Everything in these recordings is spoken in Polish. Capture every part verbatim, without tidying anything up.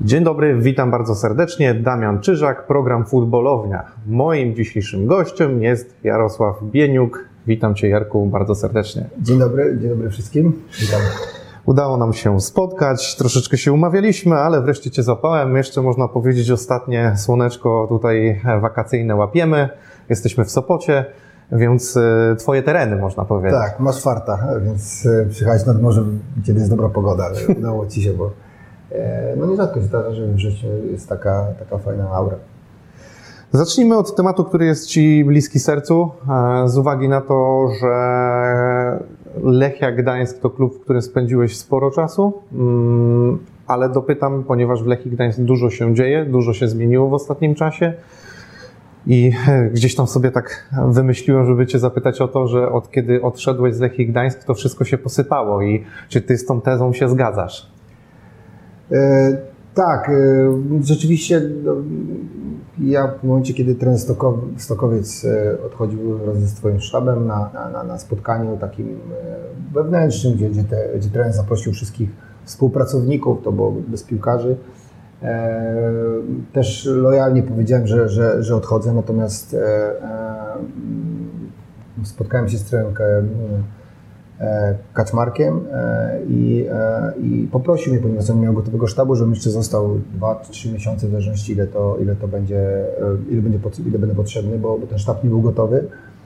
Dzień dobry, witam bardzo serdecznie. Damian Czyżak, program Futbolownia. Moim dzisiejszym gościem jest Jarosław Bieniuk. Witam Cię, Jarku, bardzo serdecznie. Dzień dobry, dzień dobry wszystkim. Witam. Udało nam się spotkać, troszeczkę się umawialiśmy, ale wreszcie Cię złapałem. Jeszcze można powiedzieć, ostatnie słoneczko tutaj wakacyjne łapiemy. Jesteśmy w Sopocie, więc Twoje tereny, można powiedzieć. Tak, masz farta, więc przyjechałeś nad morze, kiedy jest dobra pogoda, ale udało Ci się, bo no nierzadko się zdarza, że w życiu jest taka, taka fajna aura. Zacznijmy od tematu, który jest Ci bliski sercu, z uwagi na to, że Lechia Gdańsk to klub, w którym spędziłeś sporo czasu, ale dopytam, ponieważ w Lechii Gdańsk dużo się dzieje, dużo się zmieniło w ostatnim czasie i gdzieś tam sobie tak wymyśliłem, żeby Cię zapytać o to, że od kiedy odszedłeś z Lechii Gdańsk, to wszystko się posypało i czy Ty z tą tezą się zgadzasz? E, tak, e, rzeczywiście no, ja w momencie, kiedy trener Stokow, Stokowiec odchodził ze swoim sztabem na, na, na spotkaniu takim wewnętrznym, gdzie, gdzie, te, gdzie trener zaprosił wszystkich współpracowników, to było bez piłkarzy. E, też lojalnie powiedziałem, że, że, że odchodzę, natomiast e, e, spotkałem się z trenerem Kaczmarkiem i, i poprosił mnie, ponieważ on miał gotowego sztabu, żebym jeszcze został dwa trzy miesiące w zależności ile to, ile to będzie, ile, będzie, ile będę potrzebny, bo, bo ten sztab nie był gotowy.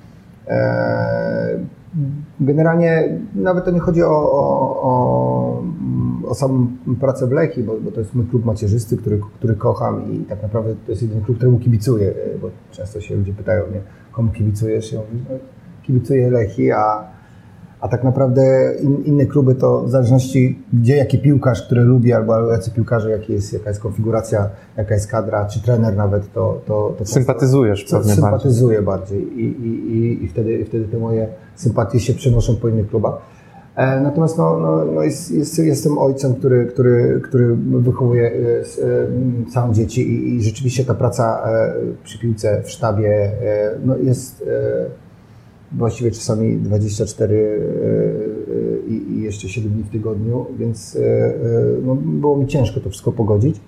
Generalnie nawet to nie chodzi o, o, o, o samą pracę w Lechii, bo, bo to jest mój klub macierzysty, który, który kocham i tak naprawdę to jest jedyny klub, któremu kibicuję, bo często się ludzie pytają mnie, komu kibicujesz? Ja mówię, no, kibicuję Lechii, a A tak naprawdę in, inne kluby to w zależności gdzie, jaki piłkarz, który lubi, albo jacy piłkarze, jaki jest, jaka jest konfiguracja, jaka jest kadra, czy trener nawet, to... to, to Sympatyzujesz to, pewnie Sympatyzuję bardziej, bardziej. I, i, i, i wtedy, wtedy te moje sympatie się przenoszą po innych klubach. E, natomiast no, no, no jest, jest, jestem ojcem, który, który, który wychowuje e, e, całe dzieci i, i rzeczywiście ta praca e, przy piłce w sztabie e, no jest... E, właściwie czasami dwadzieścia cztery i, i jeszcze siedem dni w tygodniu, więc no, było mi ciężko to wszystko pogodzić.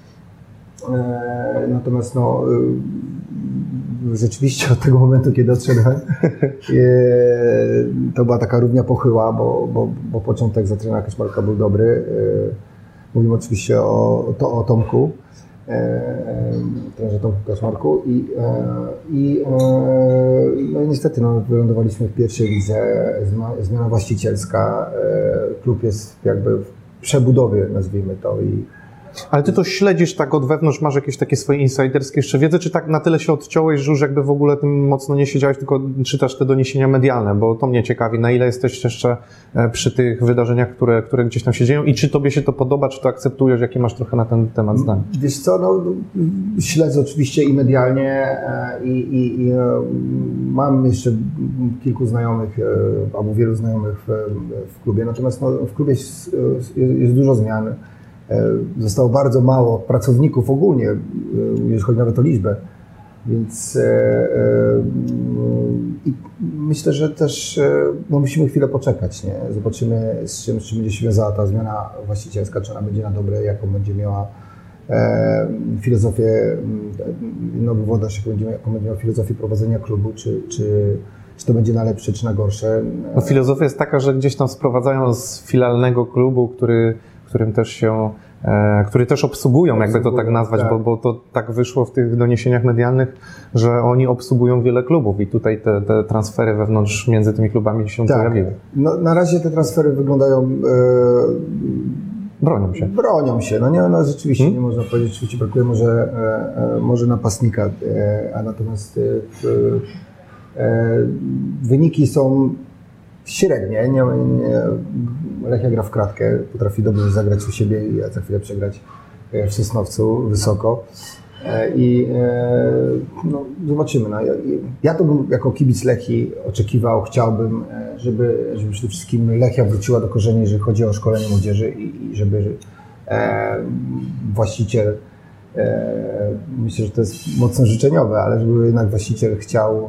Natomiast no, rzeczywiście od tego momentu, kiedy odszedłem, to była taka równia pochyła, bo, bo, bo początek za trenera Kaczmarka był dobry. Mówimy oczywiście o, to, o Tomku. trenerze Tomku Kaczmarku i, i no i niestety no, wylądowaliśmy w pierwszej lidze, zmiana właścicielska, klub jest jakby w przebudowie, nazwijmy to. I ale Ty to śledzisz tak od wewnątrz, masz jakieś takie swoje insiderskie jeszcze wiedzy, czy tak na tyle się odciąłeś, że już jakby w ogóle tym mocno nie siedziałeś, tylko czytasz te doniesienia medialne, bo to mnie ciekawi, na ile jesteś jeszcze przy tych wydarzeniach, które, które gdzieś tam się dzieją i czy Tobie się to podoba, czy to akceptujesz, jakie masz trochę na ten temat zdanie? Wiesz co, no, śledzę oczywiście i medialnie i, i, i mam jeszcze kilku znajomych, albo wielu znajomych w, w klubie, natomiast no, w klubie jest, jest dużo zmian. Zostało bardzo mało pracowników ogólnie, jeżeli chodzi nawet o liczbę, więc e, e, i myślę, że też no, musimy chwilę poczekać, nie? Zobaczymy, z czym, z czym będzie się wiązała ta zmiana właścicielska, czy ona będzie na dobre, jaką będzie miała e, filozofię, nowy włodarz, jaką będzie, jaką będzie miał filozofię prowadzenia klubu, czy, czy, czy to będzie na lepsze, czy na gorsze. No, filozofia jest taka, że gdzieś tam sprowadzają z filialnego klubu, który którym też się, e, który też obsługują, jakby to tak nazwać, tak. Bo, bo to tak wyszło w tych doniesieniach medialnych, że oni obsługują wiele klubów i tutaj te, te transfery wewnątrz między tymi klubami się tak. pojawiły. No, na razie te transfery wyglądają... E, bronią się. Bronią się, no nie, no rzeczywiście hmm? nie można powiedzieć, że ci brakuje może, e, może napastnika, e, a natomiast e, e, wyniki są średnie, nie, nie, Lechia gra w kratkę, potrafi dobrze zagrać u siebie i za chwilę przegrać w Sosnowcu wysoko i no, zobaczymy. No, ja, ja to bym jako kibic Lechii oczekiwał, chciałbym, żeby, żeby przede wszystkim Lechia wróciła do korzeni, jeżeli chodzi o szkolenie młodzieży i, i żeby e, właściciel, e, myślę, że to jest mocno życzeniowe, ale żeby jednak właściciel chciał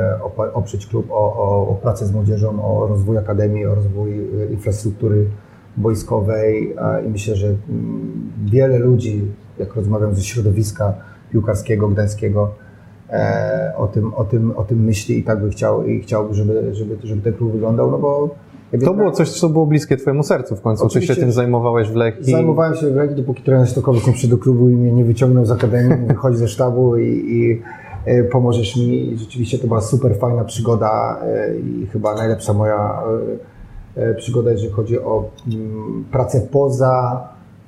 oprzeć klub o, o, o pracę z młodzieżą, o rozwój akademii, o rozwój infrastruktury boiskowej i myślę, że wiele ludzi, jak rozmawiam ze środowiska piłkarskiego, gdańskiego, o tym, o tym, o tym myśli i tak by chciał, i chciałby, żeby, żeby, żeby ten klub wyglądał, no bo... To było coś, co było bliskie twojemu sercu w końcu. Czy się tym zajmowałeś w Lechii? Zajmowałem się w Lechii, dopóki trener Stokowiec nie przyszedł do klubu i mnie nie wyciągnął z akademii, wychodzi ze sztabu i, i pomożesz mi. I rzeczywiście to była super fajna przygoda i chyba najlepsza moja przygoda, jeżeli chodzi o pracę poza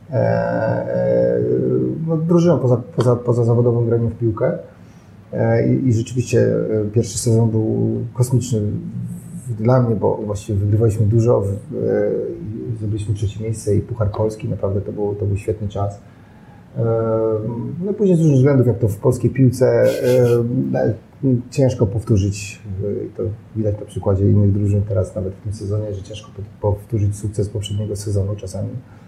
no, drużyną, poza, poza, poza zawodowym graniem w piłkę. I, I rzeczywiście pierwszy sezon był kosmiczny dla mnie, bo właściwie wygrywaliśmy dużo, w, e, zdobyliśmy trzecie miejsce i Puchar Polski, naprawdę to był, to był świetny czas. E, no i później z różnych względów, jak to w polskiej piłce, e, ciężko powtórzyć, to widać na przykładzie innych drużyn teraz nawet w tym sezonie, że ciężko powtórzyć sukces poprzedniego sezonu czasami.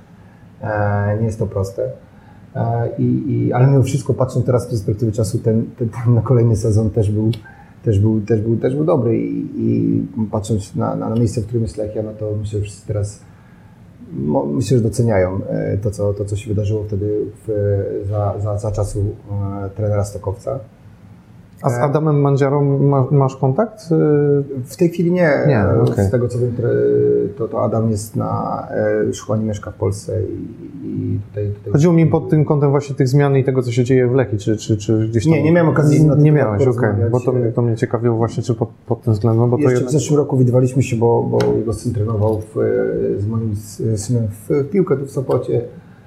E, nie jest to proste. E, i, i, ale mimo wszystko, patrząc teraz z perspektywy czasu, ten, ten, ten na kolejny sezon też był Też był, też, był, też był dobry i, i patrząc na, na, na miejsce, w którym jest Lechia, no to myślę, że wszyscy teraz no, myślę, że doceniają to, co, to, co się wydarzyło wtedy w, za, za, za czasu e, trenera Stokowca. A z Adamem Mandziarą masz, masz kontakt? W tej chwili nie. nie okay. Z tego co wiem, to, to Adam jest na szkole, mieszka w Polsce i, i tutaj, tutaj... Chodziło mi pod tym kątem właśnie tych zmian i tego, co się dzieje w Lechii, czy, czy, czy gdzieś tam... Nie, nie miałem okazji na Nie miałeś, okej, okay. Bo to mnie, to mnie ciekawiło właśnie, czy pod, pod tym względem, bo to Jeszcze jednak... w zeszłym roku widywaliśmy się, bo, bo jego syn trenował w, z moim synem w piłkę tu w Sopocie.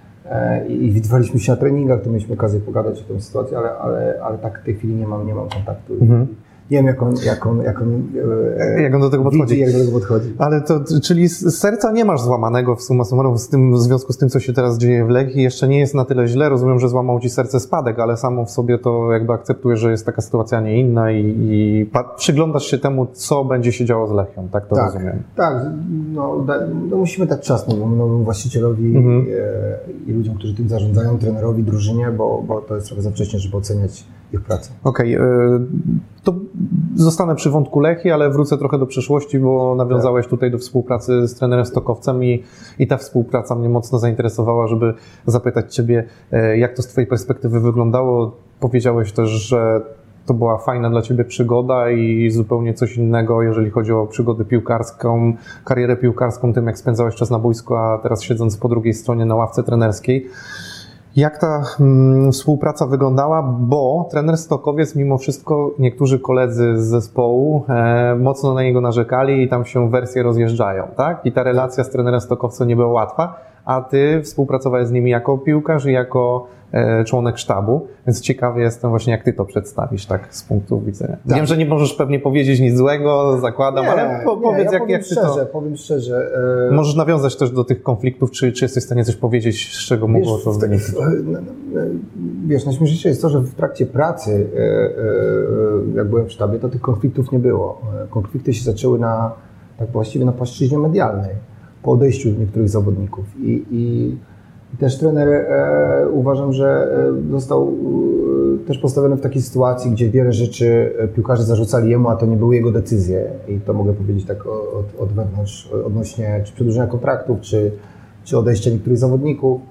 I widywaliśmy się na treningach, to mieliśmy okazję pogadać o tej sytuacji, ale, ale, ale tak w tej chwili nie mam, nie mam kontaktu. Mhm. Nie wiem, jak on, jak on, jak on, jak on do tego podchodzi. Widzi, jak do tego podchodzi. Ale to, czyli z serca nie masz złamanego w summa summarum z tym, w związku z tym, co się teraz dzieje w Lechii. Jeszcze nie jest na tyle źle. Rozumiem, że złamał ci serce spadek, ale samo w sobie to jakby akceptujesz, że jest taka sytuacja, a nie inna i, i przyglądasz się temu, co będzie się działo z Lechią. Tak to tak, rozumiem. Tak, no, da, no musimy dać czas nowemu, nowemu właścicielowi mhm. i, i ludziom, którzy tym zarządzają, trenerowi, drużynie, bo, bo to jest trochę za wcześnie, żeby oceniać ich pracę. Okej, okay, to zostanę przy wątku Lechii, ale wrócę trochę do przeszłości, bo nawiązałeś tak. tutaj do współpracy z trenerem Stokowcem i, i ta współpraca mnie mocno zainteresowała, żeby zapytać Ciebie, jak to z Twojej perspektywy wyglądało. Powiedziałeś też, że to była fajna dla Ciebie przygoda i zupełnie coś innego, jeżeli chodzi o przygodę piłkarską, karierę piłkarską, tym jak spędzałeś czas na boisku, a teraz siedząc po drugiej stronie na ławce trenerskiej. Jak ta mm, współpraca wyglądała, bo trener Stokowiec, mimo wszystko niektórzy koledzy z zespołu e, mocno na niego narzekali i tam się wersje rozjeżdżają, tak? I ta relacja z trenerem Stokowcem nie była łatwa, a Ty współpracowałeś z nimi jako piłkarz i jako e, członek sztabu, więc ciekawy jestem właśnie, jak Ty to przedstawisz, tak, z punktu widzenia. Tak. Wiem, że nie możesz pewnie powiedzieć nic złego, zakładam, nie, ale po, nie, powiedz, ja jak, powiem jak Ty szczerze, to... powiem szczerze. E... Możesz nawiązać też do tych konfliktów, czy, czy jesteś w stanie coś powiedzieć, z czego mogło to wynikać? Wiesz, najśmieszniejsze jest to, że w trakcie pracy, jak byłem w sztabie, to tych konfliktów nie było. Konflikty się zaczęły na, tak właściwie na płaszczyźnie medialnej, po odejściu niektórych zawodników. I, i, i też trener e, uważam, że został e, też postawiony w takiej sytuacji, gdzie wiele rzeczy piłkarze zarzucali jemu, a to nie były jego decyzje. I to mogę powiedzieć tak od, od wewnątrz, odnośnie czy przedłużenia kontraktów, czy, czy odejścia niektórych zawodników.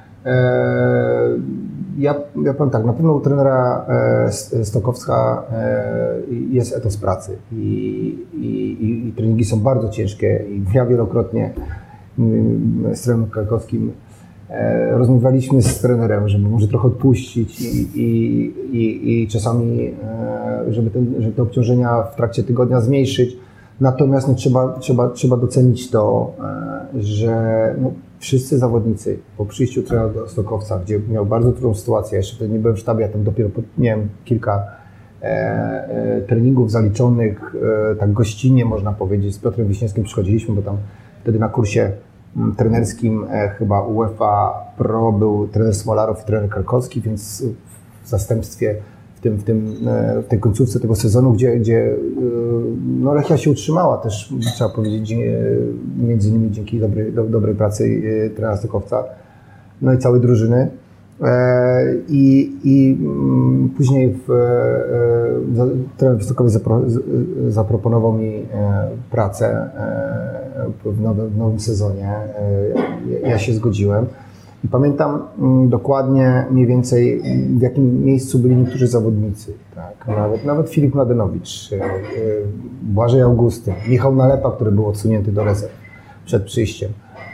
Ja, ja powiem tak, na pewno u trenera Stokowca jest etos pracy i, i, i treningi są bardzo ciężkie i ja wielokrotnie z trenerem Krakowskim rozmawialiśmy z trenerem, żeby może trochę odpuścić i, i, i, i czasami żeby, ten, żeby te obciążenia w trakcie tygodnia zmniejszyć. Natomiast no, trzeba, trzeba, trzeba docenić to, że no, wszyscy zawodnicy po przyjściu trenera do Stokowca, gdzie miał bardzo trudną sytuację, jeszcze wtedy nie byłem w sztabie, ja tam dopiero miałem kilka e, e, treningów zaliczonych, e, tak gościnnie można powiedzieć, z Piotrem Wiśniewskim przychodziliśmy, bo tam wtedy na kursie m, trenerskim e, chyba UEFA Pro był trener Smolarow i trener Karkowski, więc w zastępstwie w, tym, w, tym, e, w tej końcówce tego sezonu, gdzie, gdzie e, no, Lechia się utrzymała też, trzeba powiedzieć, e, między innymi dzięki dobrej, do, dobrej pracy e, trenera Stokowca, no i całej drużyny. I, i później w, trener Wysokowy zapro, zaproponował mi pracę w nowym, w nowym sezonie. Ja się zgodziłem. I pamiętam dokładnie mniej więcej, w jakim miejscu byli niektórzy zawodnicy. Tak? Nawet, nawet Filip Mladenowicz, Błażej Augustyn, Michał Nalepa, który był odsunięty do rezerw przed przyjściem,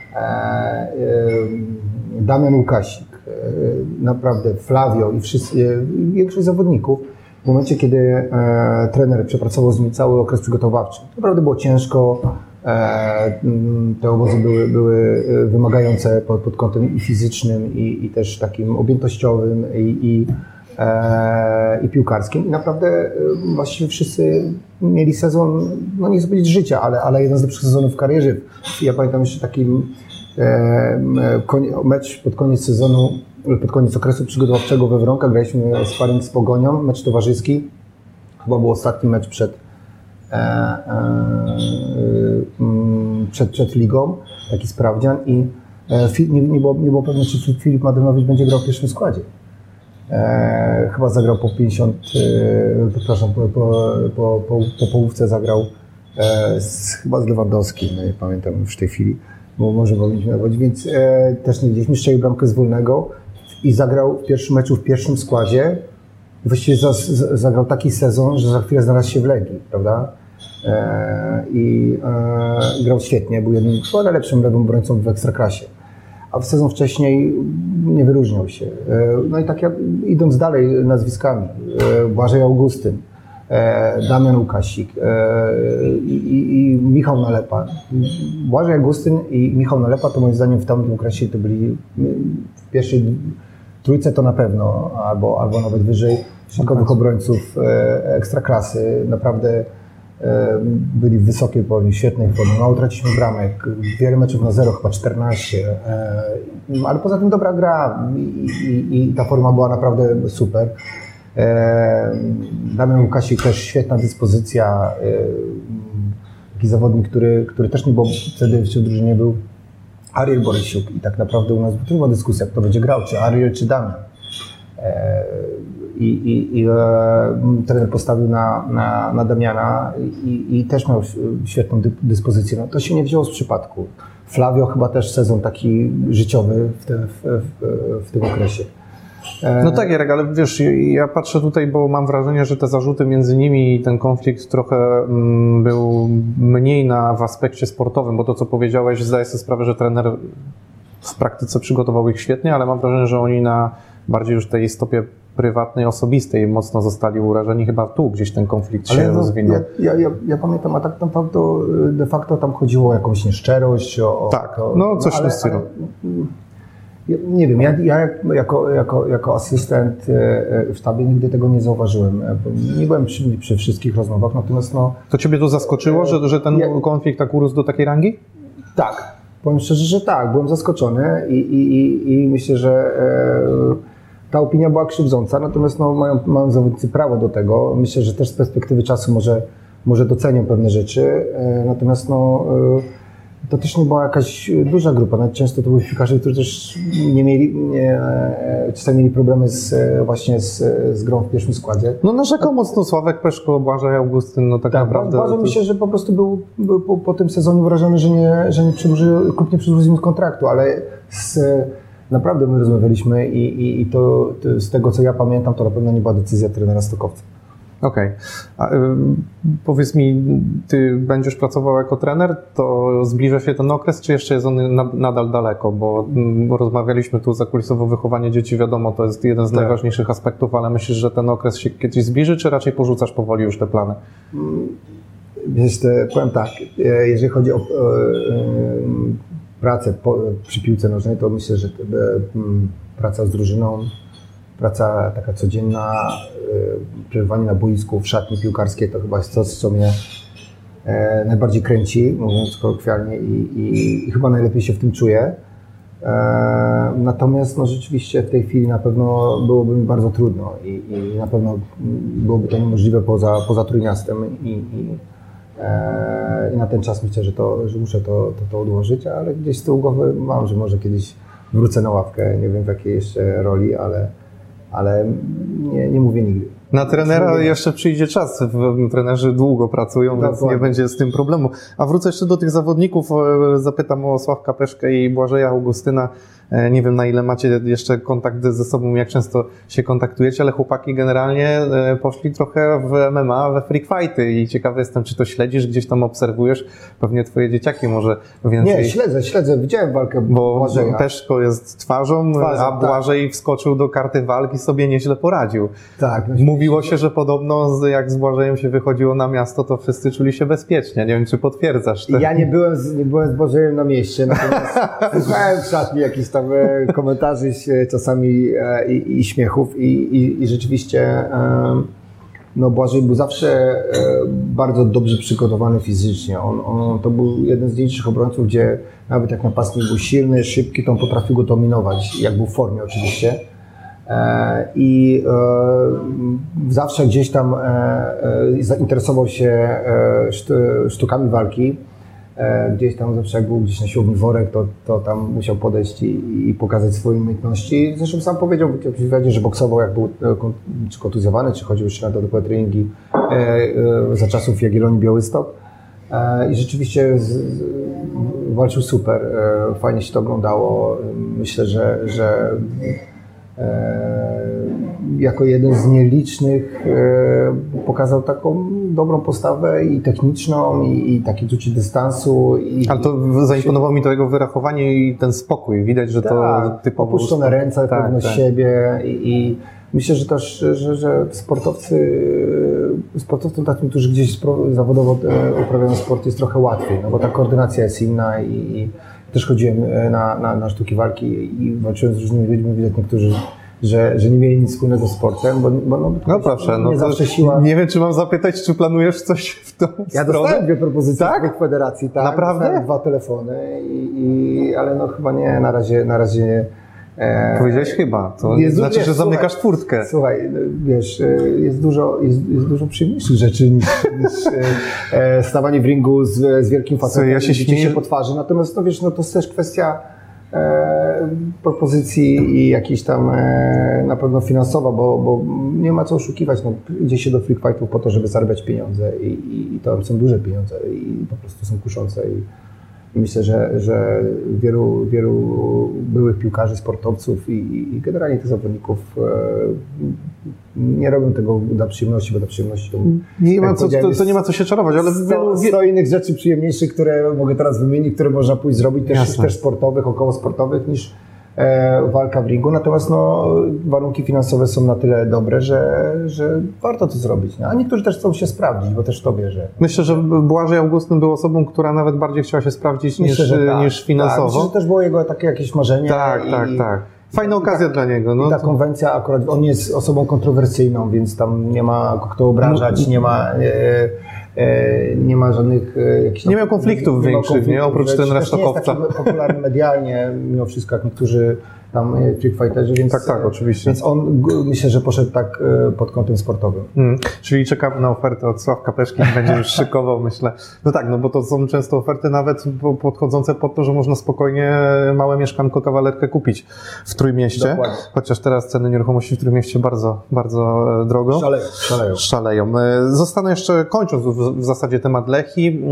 Damian Łukasik, naprawdę Flavio i wszyscy, większość zawodników. W momencie, kiedy e, trener przepracował z nimi cały okres przygotowawczy, naprawdę było ciężko, e, te obozy były, były wymagające pod, pod kątem i fizycznym, i, i też takim objętościowym, i, i, e, i piłkarskim. I naprawdę e, właściwie wszyscy mieli sezon, no nie chcę powiedzieć życia, ale, ale jeden z lepszych sezonów w karierze. Ja pamiętam jeszcze taki e, mecz pod koniec sezonu, pod koniec okresu przygotowawczego we Wronkach, graliśmy sparring z Pogonią, mecz towarzyski. Chyba był ostatni mecz przed, e, e, przed, przed ligą, taki sprawdzian, i e, nie, nie, było, nie było pewne, czy Filip Mladenowicz będzie grał w pierwszym składzie. E, chyba zagrał po pięćdziesiąt, e, przepraszam, po, po, po, po, po połówce zagrał e, z, chyba z Lewandowskim, no nie pamiętam już w tej chwili, bo może powinniśmy nawodzić, więc e, też nie widzieliśmy, strzelił bramkę z wolnego i zagrał w pierwszym meczu w pierwszym składzie. Właściwie za, z, zagrał taki sezon, że za chwilę znalazł się w Legii, prawda? E, I e, grał świetnie, był jednym chyba najlepszym lewym obrońcą w Ekstraklasie. A w sezon wcześniej nie wyróżniał się. E, no i tak jak idąc dalej nazwiskami, e, Błażej Augustyn, e, Damian Łukasik e, i, i Michał Nalepa. Błażej Augustyn i Michał Nalepa to moim zdaniem w tamtym okresie to byli w pierwszej trójce to na pewno, albo, albo nawet wyżej, środkowych obrońców e, ekstraklasy. Naprawdę e, byli w wysokiej formie, świetnej formie. Mało traciliśmy bramek, wiele meczów na zero, chyba czternaście. E, ale poza tym dobra gra i, i, i ta forma była naprawdę super. E, Damian Łukasik też świetna dyspozycja. E, taki zawodnik, który, który też nie był wtedy w drużynie, był Ariel Borysiuk, i tak naprawdę u nas była dyskusja, kto będzie grał, czy Ariel, czy Damian. E, I i, i e, trener postawił na, na, na Damiana i, i też miał świetną dy, dyspozycję. No, to się nie wzięło z przypadku. Flavio chyba też sezon taki życiowy w, te, w, w, w tym okresie. No tak, Jarek, ale wiesz, ja patrzę tutaj, bo mam wrażenie, że te zarzuty między nimi i ten konflikt trochę mm, był mniej na, w aspekcie sportowym, bo to, co powiedziałeś, zdaję sobie sprawę, że trener w praktyce przygotował ich świetnie, ale mam wrażenie, że oni na bardziej już tej stopie prywatnej, osobistej mocno zostali urażeni. Chyba tu gdzieś ten konflikt ale się no, rozwinął. Ja, ja, ja pamiętam, a tak de facto, de facto tam chodziło o jakąś nieszczerość. O, tak, to, no coś w tym stylu. Ja, nie wiem, ja, ja jako, jako, jako asystent w sztabie nigdy tego nie zauważyłem. Nie byłem przy, przy wszystkich rozmowach, natomiast no... To ciebie to zaskoczyło, że, że ten ja, konflikt tak urósł do takiej rangi? Tak, powiem szczerze, że tak. Byłem zaskoczony i, i, i, i myślę, że e, ta opinia była krzywdząca, natomiast no, mają, mają zawodnicy prawo do tego. Myślę, że też z perspektywy czasu może, może docenią pewne rzeczy, e, natomiast no... E, to też nie była jakaś duża grupa. Nawet często to byli piłkarze, którzy też nie mieli, nie, czasami mieli problemy z, właśnie z, z grą w pierwszym składzie. No narzekał mocno Sławek Peszko, Błażej Augustyn, no tak, tak naprawdę. Błażej to... myślę, że po prostu był, był po, po tym sezonie wrażony, że, nie, że nie przedłuży, klub nie przedłuży z nim kontraktu, ale z, naprawdę my rozmawialiśmy i, i, i to, to z tego, co ja pamiętam, to na pewno nie była decyzja trenera Stokowca. Okej. Okay. Y, powiedz mi, ty będziesz pracował jako trener, to zbliża się ten okres, czy jeszcze jest on na, nadal daleko? Bo m, rozmawialiśmy tu zakulisowo, wychowanie dzieci, wiadomo, to jest jeden z tak. najważniejszych aspektów, ale myślisz, że ten okres się kiedyś zbliży, czy raczej porzucasz powoli już te plany? Wiesz, powiem tak, jeżeli chodzi o, o, o pracę po, przy piłce nożnej, to myślę, że to, praca z drużyną, praca taka codzienna, przebywanie na boisku, w szatni piłkarskiej to chyba jest coś, co mnie e, najbardziej kręci, mówiąc kolokwialnie, i, i, i chyba najlepiej się w tym czuję. E, natomiast no, rzeczywiście w tej chwili na pewno byłoby mi bardzo trudno i, i na pewno byłoby to niemożliwe poza, poza Trójmiastem i, i, e, i na ten czas myślę, że, to, że muszę to, to, to odłożyć, ale gdzieś z tyłu głowy mam, że może kiedyś wrócę na ławkę, nie wiem w jakiej jeszcze roli, ale, ale nie, nie mówię nigdy. Na trenera jeszcze przyjdzie czas, trenerzy długo pracują, Dokładnie. Więc nie będzie z tym problemu. A wrócę jeszcze do tych zawodników, zapytam o Sławka Peszkę i Błażeja Augustyna. Nie wiem, na ile macie jeszcze kontakt ze sobą, jak często się kontaktujecie, ale chłopaki generalnie poszli trochę w M M A, we freak fighty i ciekawy jestem, czy to śledzisz, gdzieś tam obserwujesz, pewnie twoje dzieciaki może więcej. Nie, śledzę, śledzę, widziałem walkę Bo Błażeja. Peszko jest twarzą, Twarzą, a Błażej tak. wskoczył do karty walki, sobie nieźle poradził. Tak. No, Mówiło się, że podobno jak z Błażejem się wychodziło na miasto, to wszyscy czuli się bezpiecznie. Nie wiem, czy potwierdzasz to. Ja nie byłem z, nie byłem z Błażejem na mieście, natomiast słuchałem w szatni jakichś tam komentarzy czasami i, i śmiechów i, i, i rzeczywiście no Błażej był zawsze bardzo dobrze przygotowany fizycznie. On, on, to był jeden z nielicznych obrońców, gdzie nawet jak napastnik był silny, szybki, to on potrafił go dominować, jak był w formie oczywiście. I zawsze gdzieś tam zainteresował się sztukami walki. Gdzieś tam zawsze jak był gdzieś na siłowni worek, to, to tam musiał podejść i, i pokazać swoje umiejętności. Zresztą sam powiedział w jakimś wywiadzie, że boksował jak był czy kontuzjowany, czy chodził jeszcze na dodatkowe treningi za czasów Jagiellonii Białystok. I rzeczywiście z, z, walczył super, fajnie się to oglądało. Myślę, że, że jako jeden z nielicznych pokazał taką dobrą postawę i techniczną, i, i takie czucie dystansu. I, Ale to zaimponowało mi to jego wyrachowanie i ten spokój. Widać, że tak, to typowo... opuszczone ręce, tak, pewność tak. siebie i, i myślę, że też, że, że sportowcy, sportowcom takim, którzy gdzieś zawodowo uprawiają sport, jest trochę łatwiej, no bo ta koordynacja jest inna i, i też chodziłem na, na, na sztuki walki i walczyłem z różnymi ludźmi, widać niektórzy, że, że nie mieli nic wspólnego z sportem, bo, bo no, no proszę, nie no zawsze siła... Nie wiem, czy mam zapytać, czy planujesz coś w tą Ja stronę? dostałem dwie propozycje tak? w federacji, tak. Naprawdę? Dostałem dwa telefony, i, i, ale no chyba nie, na razie, na razie e... Powiedziałeś chyba, to jest, znaczy, wiesz, że zamykasz słuchaj, furtkę. Słuchaj, wiesz, jest dużo, jest, jest dużo przyjemniejszych rzeczy niż, niż e, stawanie w ringu z, z wielkim facetem, ja się śmieję się po twarzy, natomiast no wiesz, no to jest też kwestia e, propozycji i jakiejś tam e, na pewno finansowa, bo, bo nie ma co oszukiwać, no, idzie się do freak fightów po to, żeby zarabiać pieniądze i, i, i to są duże pieniądze i po prostu są kuszące i myślę, że, że wielu, wielu byłych piłkarzy, sportowców i, i generalnie tych zawodników e, nie robią tego dla przyjemności, bo dla przyjemności to, nie ma co, to, to nie ma co się czarować, ale sto, wielu... sto innych rzeczy przyjemniejszych, które mogę teraz wymienić, które można pójść zrobić, też, też sportowych, około sportowych, niż e, walka w ringu. Natomiast no, warunki finansowe są na tyle dobre, że, że warto to zrobić. No. A niektórzy też chcą się sprawdzić, bo też w to wierzę. Myślę, że Błażej Augustyn był osobą, która nawet bardziej chciała się sprawdzić Myślę, niż, że tak, niż finansowo. Tak. Myślę, że też było jego takie jakieś marzenie. Tak, i, tak, tak. Fajna okazja ta, dla niego. No. I ta konwencja akurat, on jest osobą kontrowersyjną, więc tam nie ma kto obrażać, nie ma, e, e, nie ma żadnych... E, jakichś nie miał konfliktów większych, konfliktów, nie? Oprócz ten resztokowca. Nie jest taki popularny medialnie, mimo wszystko, jak niektórzy tam freak fighterzy, więc... Tak, tak, oczywiście. Więc on, myślę, że poszedł tak pod kątem sportowym. Hmm, czyli czekamy na ofertę od Sławka Peszki, będzie już szykował, myślę. No tak, no bo to są często oferty nawet podchodzące pod to, że można spokojnie małe mieszkanko, kawalerkę kupić w Trójmieście. Dokładnie. Chociaż teraz ceny nieruchomości w Trójmieście bardzo, bardzo drogo. Szaleją, szaleją. Szaleją. Zostanę jeszcze, kończąc w zasadzie temat Lechii,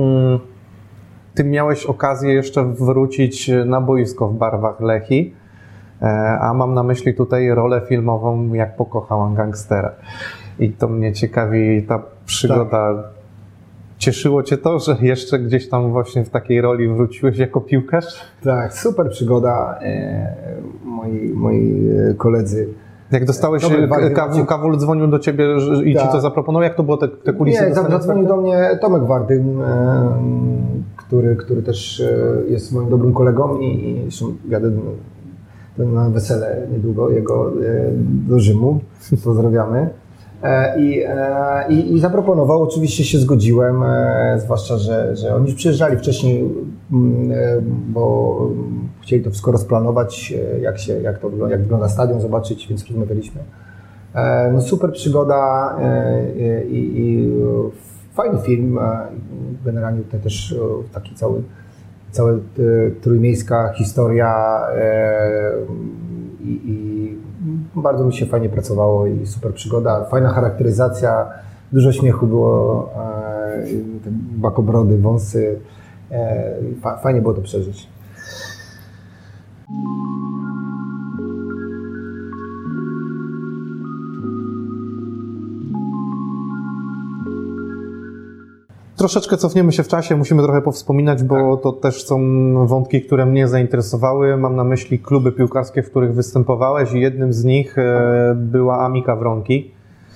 ty miałeś okazję jeszcze wrócić na boisko w barwach Lechii. A mam na myśli tutaj rolę filmową Jak pokochałam gangstera. I to mnie ciekawi, ta przygoda. Tak. Cieszyło cię to, że jeszcze gdzieś tam właśnie w takiej roli wróciłeś jako piłkarz? Tak, super przygoda. Moi, moi koledzy. Jak dostałeś, Kawul, Kawul dzwonił do ciebie i tak. ci to zaproponował? Jak to było te, te kulisy? Nie, zadzwonił do mnie Tomek Wardym, który, który też jest moim dobrym kolegą i zresztą jadę na wesele niedługo jego do Rzymu. Pozdrawiamy. I, i, i zaproponował, oczywiście się zgodziłem, zwłaszcza, że, że oni już przyjeżdżali wcześniej, bo chcieli to wszystko rozplanować, jak, się, jak, to, jak wygląda stadion, zobaczyć, więc rozmawialiśmy. No super przygoda i, i fajny film, generalnie tutaj też taki cały cała trójmiejska historia i, i bardzo mi się fajnie pracowało i super przygoda, fajna charakteryzacja, dużo śmiechu było, te bakobrody, wąsy, fajnie było to przeżyć. Troszeczkę cofniemy się w czasie, musimy trochę powspominać, bo to też są wątki, które mnie zainteresowały. Mam na myśli kluby piłkarskie, w których występowałeś i jednym z nich była Amika Wronki.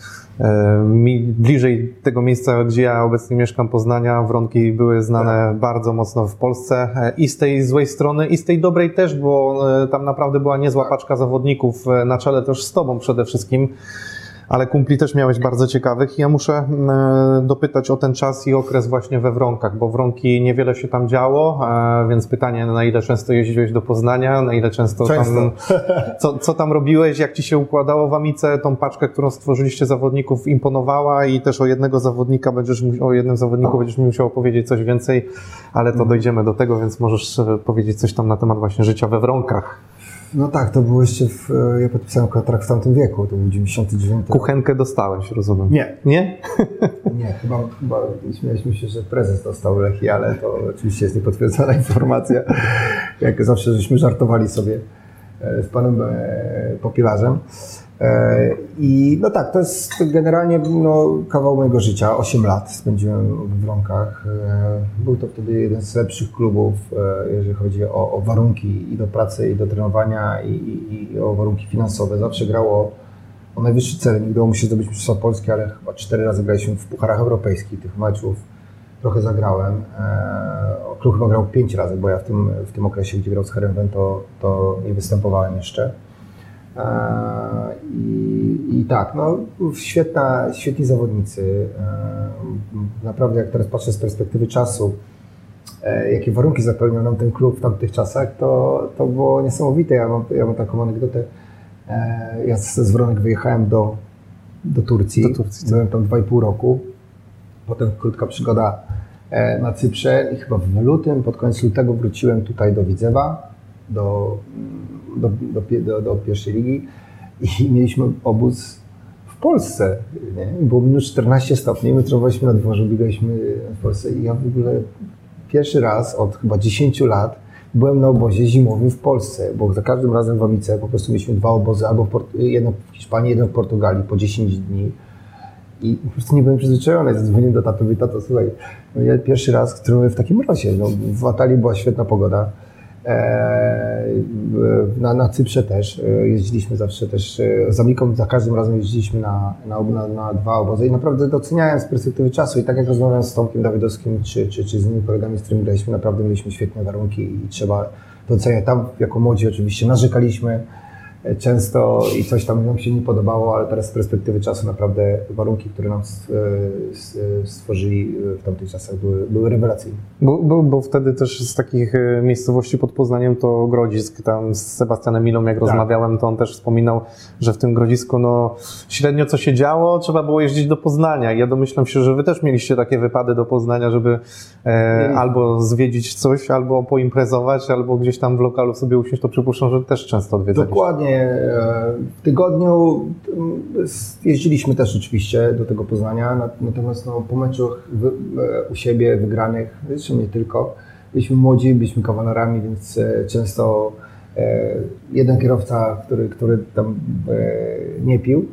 Bliżej tego miejsca, gdzie ja obecnie mieszkam, Poznania, Wronki były znane bardzo mocno w Polsce i z tej złej strony, i z tej dobrej też, bo tam naprawdę była niezła paczka zawodników, na czele też z Tobą przede wszystkim. Ale kumpli też miałeś bardzo ciekawych i ja muszę dopytać o ten czas i okres właśnie we Wronkach, bo Wronki niewiele się tam działo, więc pytanie, na ile często jeździłeś do Poznania, na ile często, często. tam, co, co tam robiłeś, jak ci się układało w Amice, tą paczkę, którą stworzyliście zawodników, imponowała i też o jednego zawodnika będziesz, o jednym zawodniku będziesz mi musiał powiedzieć coś więcej, ale to dojdziemy do tego, więc możesz powiedzieć coś tam na temat właśnie życia we Wronkach. No tak, to było jeszcze, w, ja podpisałem kontrakt w tamtym wieku, to był dziewięćdziesiąty dziewiąty. Kuchenkę dostałeś, rozumiem. Nie. Nie? Nie, chyba, chyba śmialiśmy się, że prezes dostał Lechii, ale to oczywiście jest niepotwierdzona informacja. Jak zawsze żeśmy żartowali sobie z panem Popielarzem. I no tak, to jest generalnie no, kawał mojego życia. osiem lat spędziłem w Wronkach. Był to wtedy jeden z lepszych klubów, jeżeli chodzi o, o warunki i do pracy, i do trenowania, i, i, i o warunki finansowe. Zawsze grało o najwyższy cel. Nie udało mi się zdobyć mistrzostwa Polski, ale chyba cztery razy graliśmy w pucharach europejskich. Tych meczów trochę zagrałem. Klub chyba grał pięć razy, bo ja w tym, w tym okresie, gdzie grał z Herenveen, to, to nie występowałem jeszcze. I, i tak, no świetna, świetni zawodnicy. Naprawdę jak teraz patrzę z perspektywy czasu, jakie warunki zapełniał nam ten klub w tamtych czasach, to, to było niesamowite. Ja mam, ja mam taką anegdotę. Ja z, z Wronek wyjechałem do, do Turcji. Do Turcji. Byłem tam dwa i pół roku. Potem krótka przygoda na Cyprze i chyba w lutym, pod koniec lutego wróciłem tutaj do Widzewa, do Do, do, do, do pierwszej ligi i mieliśmy obóz w Polsce. Nie? Było minus czternaście stopni, my trenowaliśmy na dworzu, biegaliśmy w Polsce i ja w ogóle pierwszy raz od chyba dziesięciu lat byłem na obozie zimowym w Polsce, bo za każdym razem w Amice po prostu mieliśmy dwa obozy, albo w Port- jedno w Hiszpanii, jedno w Portugalii po dziesięć dni i po prostu nie byłem przyzwyczajony. Zadzwoniłem do taty, mówię, tato, słuchaj, no ja pierwszy raz trenuję w takim mrozie. No, w Antalii była świetna pogoda. Na, na Cyprze też jeździliśmy zawsze też z Amiką, za każdym razem jeździliśmy na, na, na, na dwa obozy i naprawdę doceniałem z perspektywy czasu i tak jak rozmawiałem z Tomkiem Dawidowskim czy, czy, czy z innymi kolegami, z którymi graliśmy, naprawdę mieliśmy świetne warunki i trzeba doceniać. Tam jako młodzi oczywiście narzekaliśmy często i coś tam nam się nie podobało, ale teraz z perspektywy czasu naprawdę warunki, które nam stworzyli w tamtych czasach były, były rewelacyjne. Bo, bo, bo wtedy też z takich miejscowości pod Poznaniem to Grodzisk, tam z Sebastianem Milą jak tak. rozmawiałem, to on też wspominał, że w tym Grodzisku no średnio co się działo, trzeba było jeździć do Poznania i ja domyślam się, że wy też mieliście takie wypady do Poznania, żeby e, albo zwiedzić coś, albo poimprezować, albo gdzieś tam w lokalu sobie usiąść, to przypuszczam, że też często odwiedzaliście. Dokładnie. W tygodniu jeździliśmy też oczywiście do tego Poznania, natomiast no, po meczach u siebie wygranych, zresztą nie tylko, byliśmy młodzi, byliśmy kawalerami, więc często jeden kierowca, który, który tam nie pił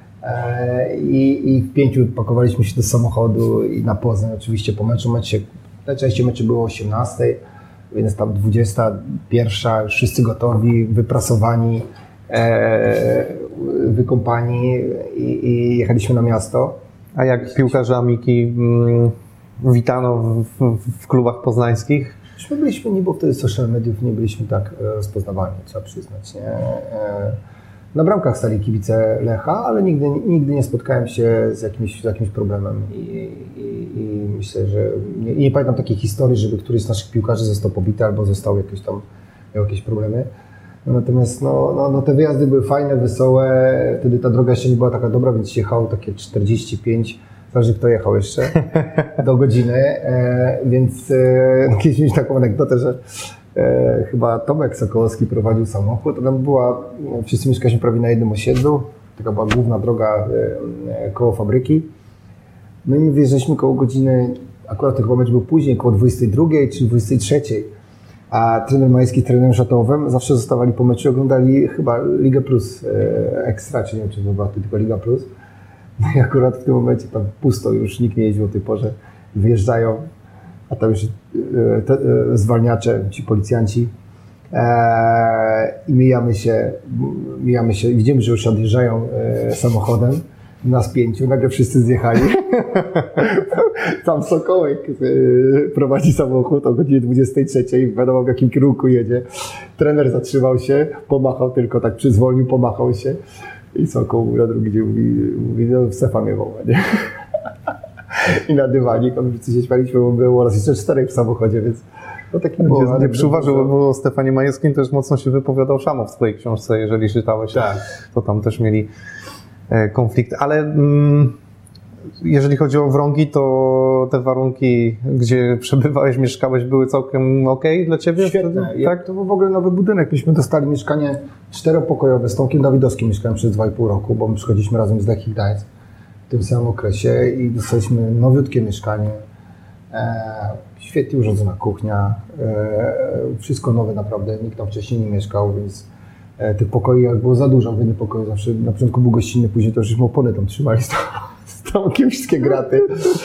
i, i w pięciu pakowaliśmy się do samochodu i na Poznań oczywiście po meczu, mecz się, najczęściej mecze było o osiemnastej, więc tam dwudziesta pierwsza, wszyscy gotowi, wyprasowani, e, wykąpani i, i jechaliśmy na miasto. A jak piłkarze Amiki mm, witano w, w, w klubach poznańskich? My byliśmy, nie było wtedy social mediów, nie byliśmy tak rozpoznawani, trzeba przyznać. Nie? E, na bramkach stali kibice Lecha, ale nigdy, nigdy nie spotkałem się z jakimś, z jakimś problemem i, i, i myślę, że nie, nie pamiętam takiej historii, żeby któryś z naszych piłkarzy został pobity albo został jakieś tam, miał jakieś problemy. No, natomiast no, no, no, te wyjazdy były fajne, wesołe, wtedy ta droga jeszcze nie była taka dobra, więc jechało takie czterdzieści pięć zależy kto jechał jeszcze, do godziny, e, więc e, kiedyś mieć taką anegdotę, że e, chyba Tomek Sokołowski prowadził samochód, a tam była, no, wszyscy mieszkaliśmy prawie na jednym osiedlu, taka była główna droga e, e, koło fabryki, no i my wyjeżdżaliśmy koło godziny, akurat to chyba mecz był później, koło dwudziestej drugiej czy dwudziestej trzeciej, a trener Majewski z trenerem Szatowem zawsze zostawali po meczu i oglądali chyba Ligę Plus e, Ekstra, czy nie wiem, czy to była tylko Liga Plus. No i akurat w tym momencie tam pusto, już nikt nie jeździł o tej porze, wyjeżdżają, a tam już e, te, e, zwalniacze, ci policjanci e, i mijamy się, mijamy się, widzimy, że już odjeżdżają e, samochodem, nas pięciu, nagle wszyscy zjechali. Tam Sokołek e, prowadzi samochód o godzinie dwudziestej trzeciej, wiadomo w jakim kierunku jedzie. Trener zatrzymał się, pomachał tylko, tak przyzwolnił, pomachał się. I Sokoł na drugi dzień mówi, mówi no Stefan mnie woła, nie? I na dywanik, on wszyscy się śmialiśmy, bo było raz jeszcze czterech w samochodzie, więc no taki było. Nie, nie przyuważył, bo o Stefanie Majewskim też mocno się wypowiadał Szamo w swojej książce, jeżeli czytałeś, tak. To tam też mieli e, konflikt. Ale mm, jeżeli chodzi o Wrągi, to te warunki, gdzie przebywałeś, mieszkałeś, były całkiem okej dla Ciebie? Świetne. Wtedy? Tak? To był w ogóle nowy budynek. Myśmy dostali mieszkanie czteropokojowe z Tomkiem Dawidowskim. Mieszkałem przez dwa i pół roku, bo my przychodziliśmy razem z Lechii Gdańsk w tym samym okresie i dostaliśmy nowiutkie mieszkanie. E, świetnie urządzona kuchnia. E, wszystko nowe naprawdę. Nikt tam wcześniej nie mieszkał, więc e, tych pokoi jak było za dużo. W jednym pokoju zawsze na początku był gościnny, później to już opony tam trzymali z Tomkiem, wszystkie graty.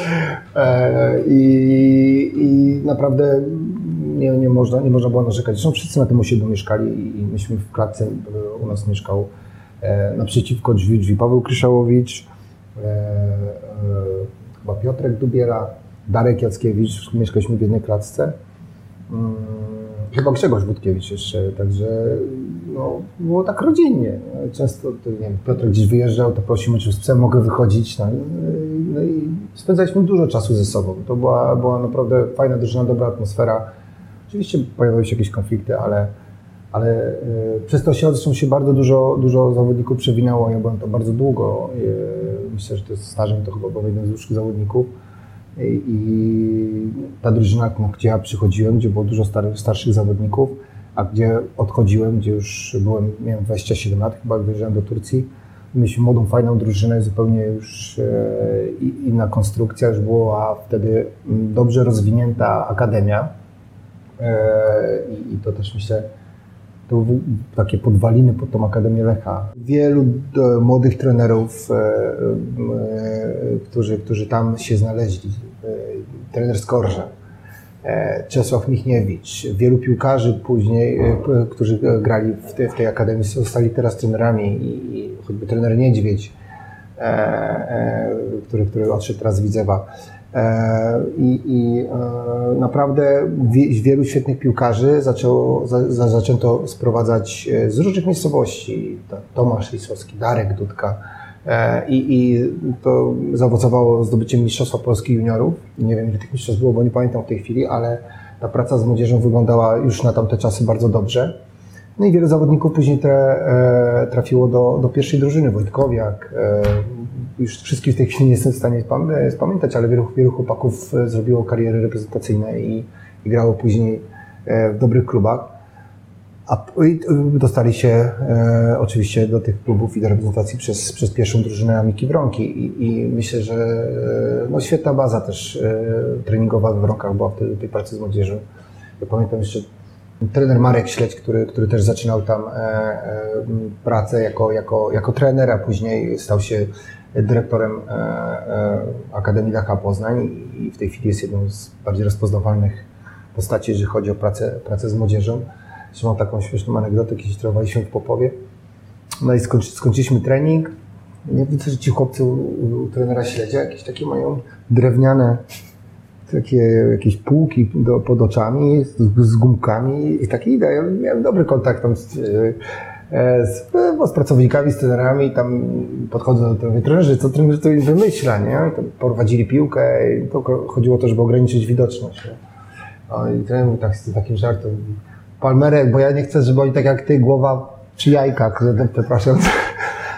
E, i, I naprawdę nie, nie, można, nie można było narzekać. Zresztą wszyscy na tym osiedlu mieszkali i myśmy w klatce, u nas mieszkał e, naprzeciwko drzwi, drzwi Paweł Kryszałowicz, e, e, chyba Piotrek Dubiela, Darek Jackiewicz, mieszkaliśmy w jednej klatce. Hmm, chyba Grzegorz Wódkiewicz jeszcze, także no, było tak rodzinnie. Często, to, nie wiem, Piotrek gdzieś wyjeżdżał, to prosimy, czy z psem mogę wychodzić. No, no i spędzaliśmy dużo czasu ze sobą. To była, była naprawdę fajna drużyna, dobra atmosfera. Oczywiście pojawiały się jakieś konflikty, ale, ale y, przez to się zresztą się bardzo dużo, dużo zawodników przewinęło. Ja byłem to bardzo długo. Y, myślę, że to jest stażem, to chyba byłem jeden z dłuższych zawodników. I, i ta drużyna, gdzie ja przychodziłem, gdzie było dużo starych, starszych zawodników, a gdzie odchodziłem, gdzie już byłem, miałem dwadzieścia siedem lat, chyba wyjeżdżałem do Turcji. Mieliśmy młodą, fajną drużynę, zupełnie już e, inna konstrukcja, już była wtedy dobrze rozwinięta akademia. E, i, I to też myślę, to były takie podwaliny pod tą Akademię Lecha. Wielu do, młodych trenerów, e, e, którzy, którzy tam się znaleźli. E, trener Skorża, e, Czesław Michniewicz, wielu piłkarzy później, e, którzy grali w, te, w tej akademii, zostali teraz trenerami i, i choćby trener Niedźwiedź, e, e, który, który odszedł teraz z Widzewa. I, i e, naprawdę wie, wielu świetnych piłkarzy zaczęło, za, za, zaczęto sprowadzać z różnych miejscowości. Tomasz Lisowski, Darek Dudka e, i, i to zaowocowało zdobyciem Mistrzostwa Polski Juniorów. Nie wiem, ile tych mistrzostw było, bo nie pamiętam w tej chwili, ale ta praca z młodzieżą wyglądała już na tamte czasy bardzo dobrze. No i wielu zawodników później tre, e, trafiło do, do pierwszej drużyny, Wojtkowiak. E, już wszystkich w tej chwili nie jestem w stanie spamiętać, ale wielu, wielu chłopaków zrobiło kariery reprezentacyjne i, i grało później e, w dobrych klubach. A i dostali się e, oczywiście do tych klubów i do reprezentacji przez, przez pierwszą drużynę Amiki Wronki. I, i myślę, że e, no, świetna baza też e, treningowa w Wronkach była wtedy tej pracy z młodzieżą. Ja pamiętam jeszcze trener Marek Śledź, który, który też zaczynał tam e, e, pracę jako, jako, jako trener, a później stał się dyrektorem e, e, Akademii Lecha Poznań i w tej chwili jest jedną z bardziej rozpoznawalnych postaci, jeżeli chodzi o pracę, pracę z młodzieżą. Zresztą mam taką śmieszną anegdotę, kiedyś trenowaliśmy w Popowie. No i skończy, skończyliśmy trening. Ja widzę, że ci chłopcy u, u trenera Śledzia jakieś takie mają drewniane takie jakieś półki do, pod oczami z, z gumkami i takie idea. Ja miałem dobry kontakt tam z, z, z pracownikami, z trenerami, tam podchodzą do tego trenerzy, co trenerzy to im wymyśla, nie? Tam prowadzili piłkę i to chodziło o to, żeby ograniczyć widoczność. Nie? O, i trener był tak, z takim żartem, Palmerek, bo ja nie chcę, żeby oni tak jak ty, głowa przy jajkach, przepraszam,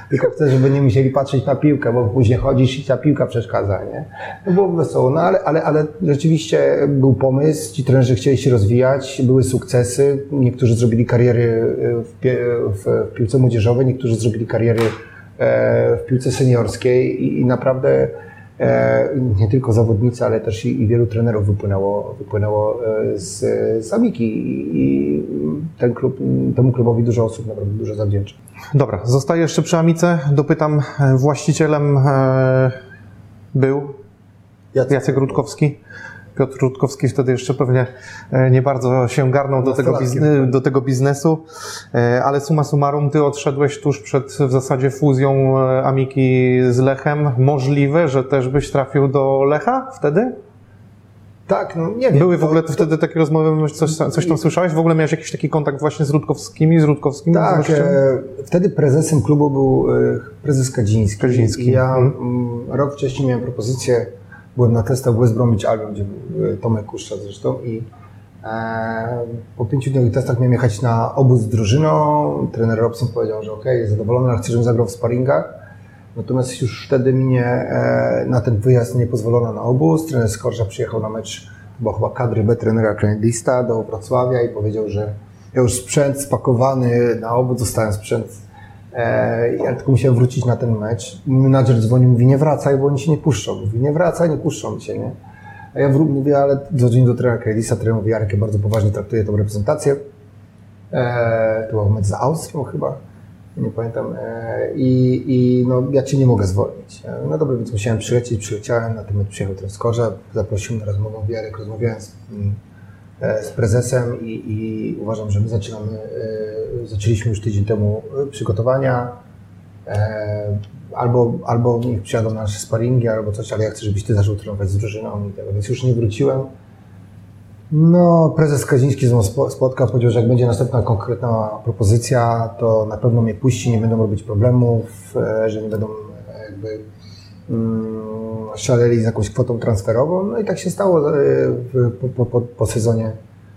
tylko chcę, żeby nie musieli patrzeć na piłkę, bo później chodzisz i ta piłka przeszkadza, nie? No było wesoło, no ale, ale, ale rzeczywiście był pomysł, ci trenerzy chcieli się rozwijać, były sukcesy, niektórzy zrobili kariery w, pie, w, w piłce młodzieżowej, niektórzy zrobili kariery w piłce seniorskiej i, i naprawdę nie tylko zawodnicy, ale też i, i wielu trenerów wypłynęło, wypłynęło z, z Amiki i ten klub, temu klubowi dużo osób naprawdę dużo zawdzięcza. Dobra, zostaję jeszcze przy Amice. Dopytam, właścicielem był Jacek, Jacek Rutkowski. Piotr Rutkowski wtedy jeszcze pewnie nie bardzo się garnął do tego, bizne, do tego biznesu, ale summa summarum ty odszedłeś tuż przed w zasadzie fuzją Amiki z Lechem. Możliwe, że też byś trafił do Lecha wtedy? Tak, no nie wiem. Były w ogóle to, wtedy takie rozmowy, coś, coś tam słyszałeś? W ogóle miałeś jakiś taki kontakt właśnie z Rutkowskimi, z Rutkowskimi? Tak, e, wtedy prezesem klubu był e, prezes Kadziński. Kadziński. I ja hmm. rok wcześniej miałem propozycję, byłem na testach w West Bromwich Albion, gdzie był Tomek Kuszcza zresztą i e, po pięciudniowych testach miałem jechać na obóz z drużyną. Trener Robson powiedział, że okej, okay, jest zadowolony, ale chce, żebym zagrał w sparingach. Natomiast już wtedy mnie e, na ten wyjazd nie pozwolono na obóz. Trener Skorża przyjechał na mecz, bo chyba kadry B trenera Kleinlista do Wrocławia i powiedział, że ja już sprzęt spakowany na obóz, dostałem sprzęt. E, ja tylko musiałem wrócić na ten mecz. Menadżer dzwonił, mówi nie wracaj, bo oni się nie puszczą. Mówi nie wracaj, nie puszczą cię, nie? A ja wró- mówię, ale dzwonię do trenera Kleinlista, trener mówi, Jarek, ja bardzo poważnie traktuję tą reprezentację. E, to był mecz z Austrią chyba. Nie pamiętam. I, i no, ja cię nie mogę zwolnić. No dobra, więc musiałem przylecieć, przyleciałem, na tym przyjechał ten Skorża, zaprosił na rozmowę, Jarek, rozmawiałem z, z prezesem i, i uważam, że my zaczynamy, zaczęliśmy już tydzień temu przygotowania. Albo, albo niech przyjadą na nasze sparingi, albo coś, ale ja chcę, żebyś ty zaczął trenować z drużyną i tego, więc już nie wróciłem. No, prezes Kaziński z mną spotkał, powiedział, że jak będzie następna konkretna propozycja, to na pewno mnie puści, nie będą robić problemów, że nie będą jakby mm, szaleli z jakąś kwotą transferową. No i tak się stało po, po, po sezonie,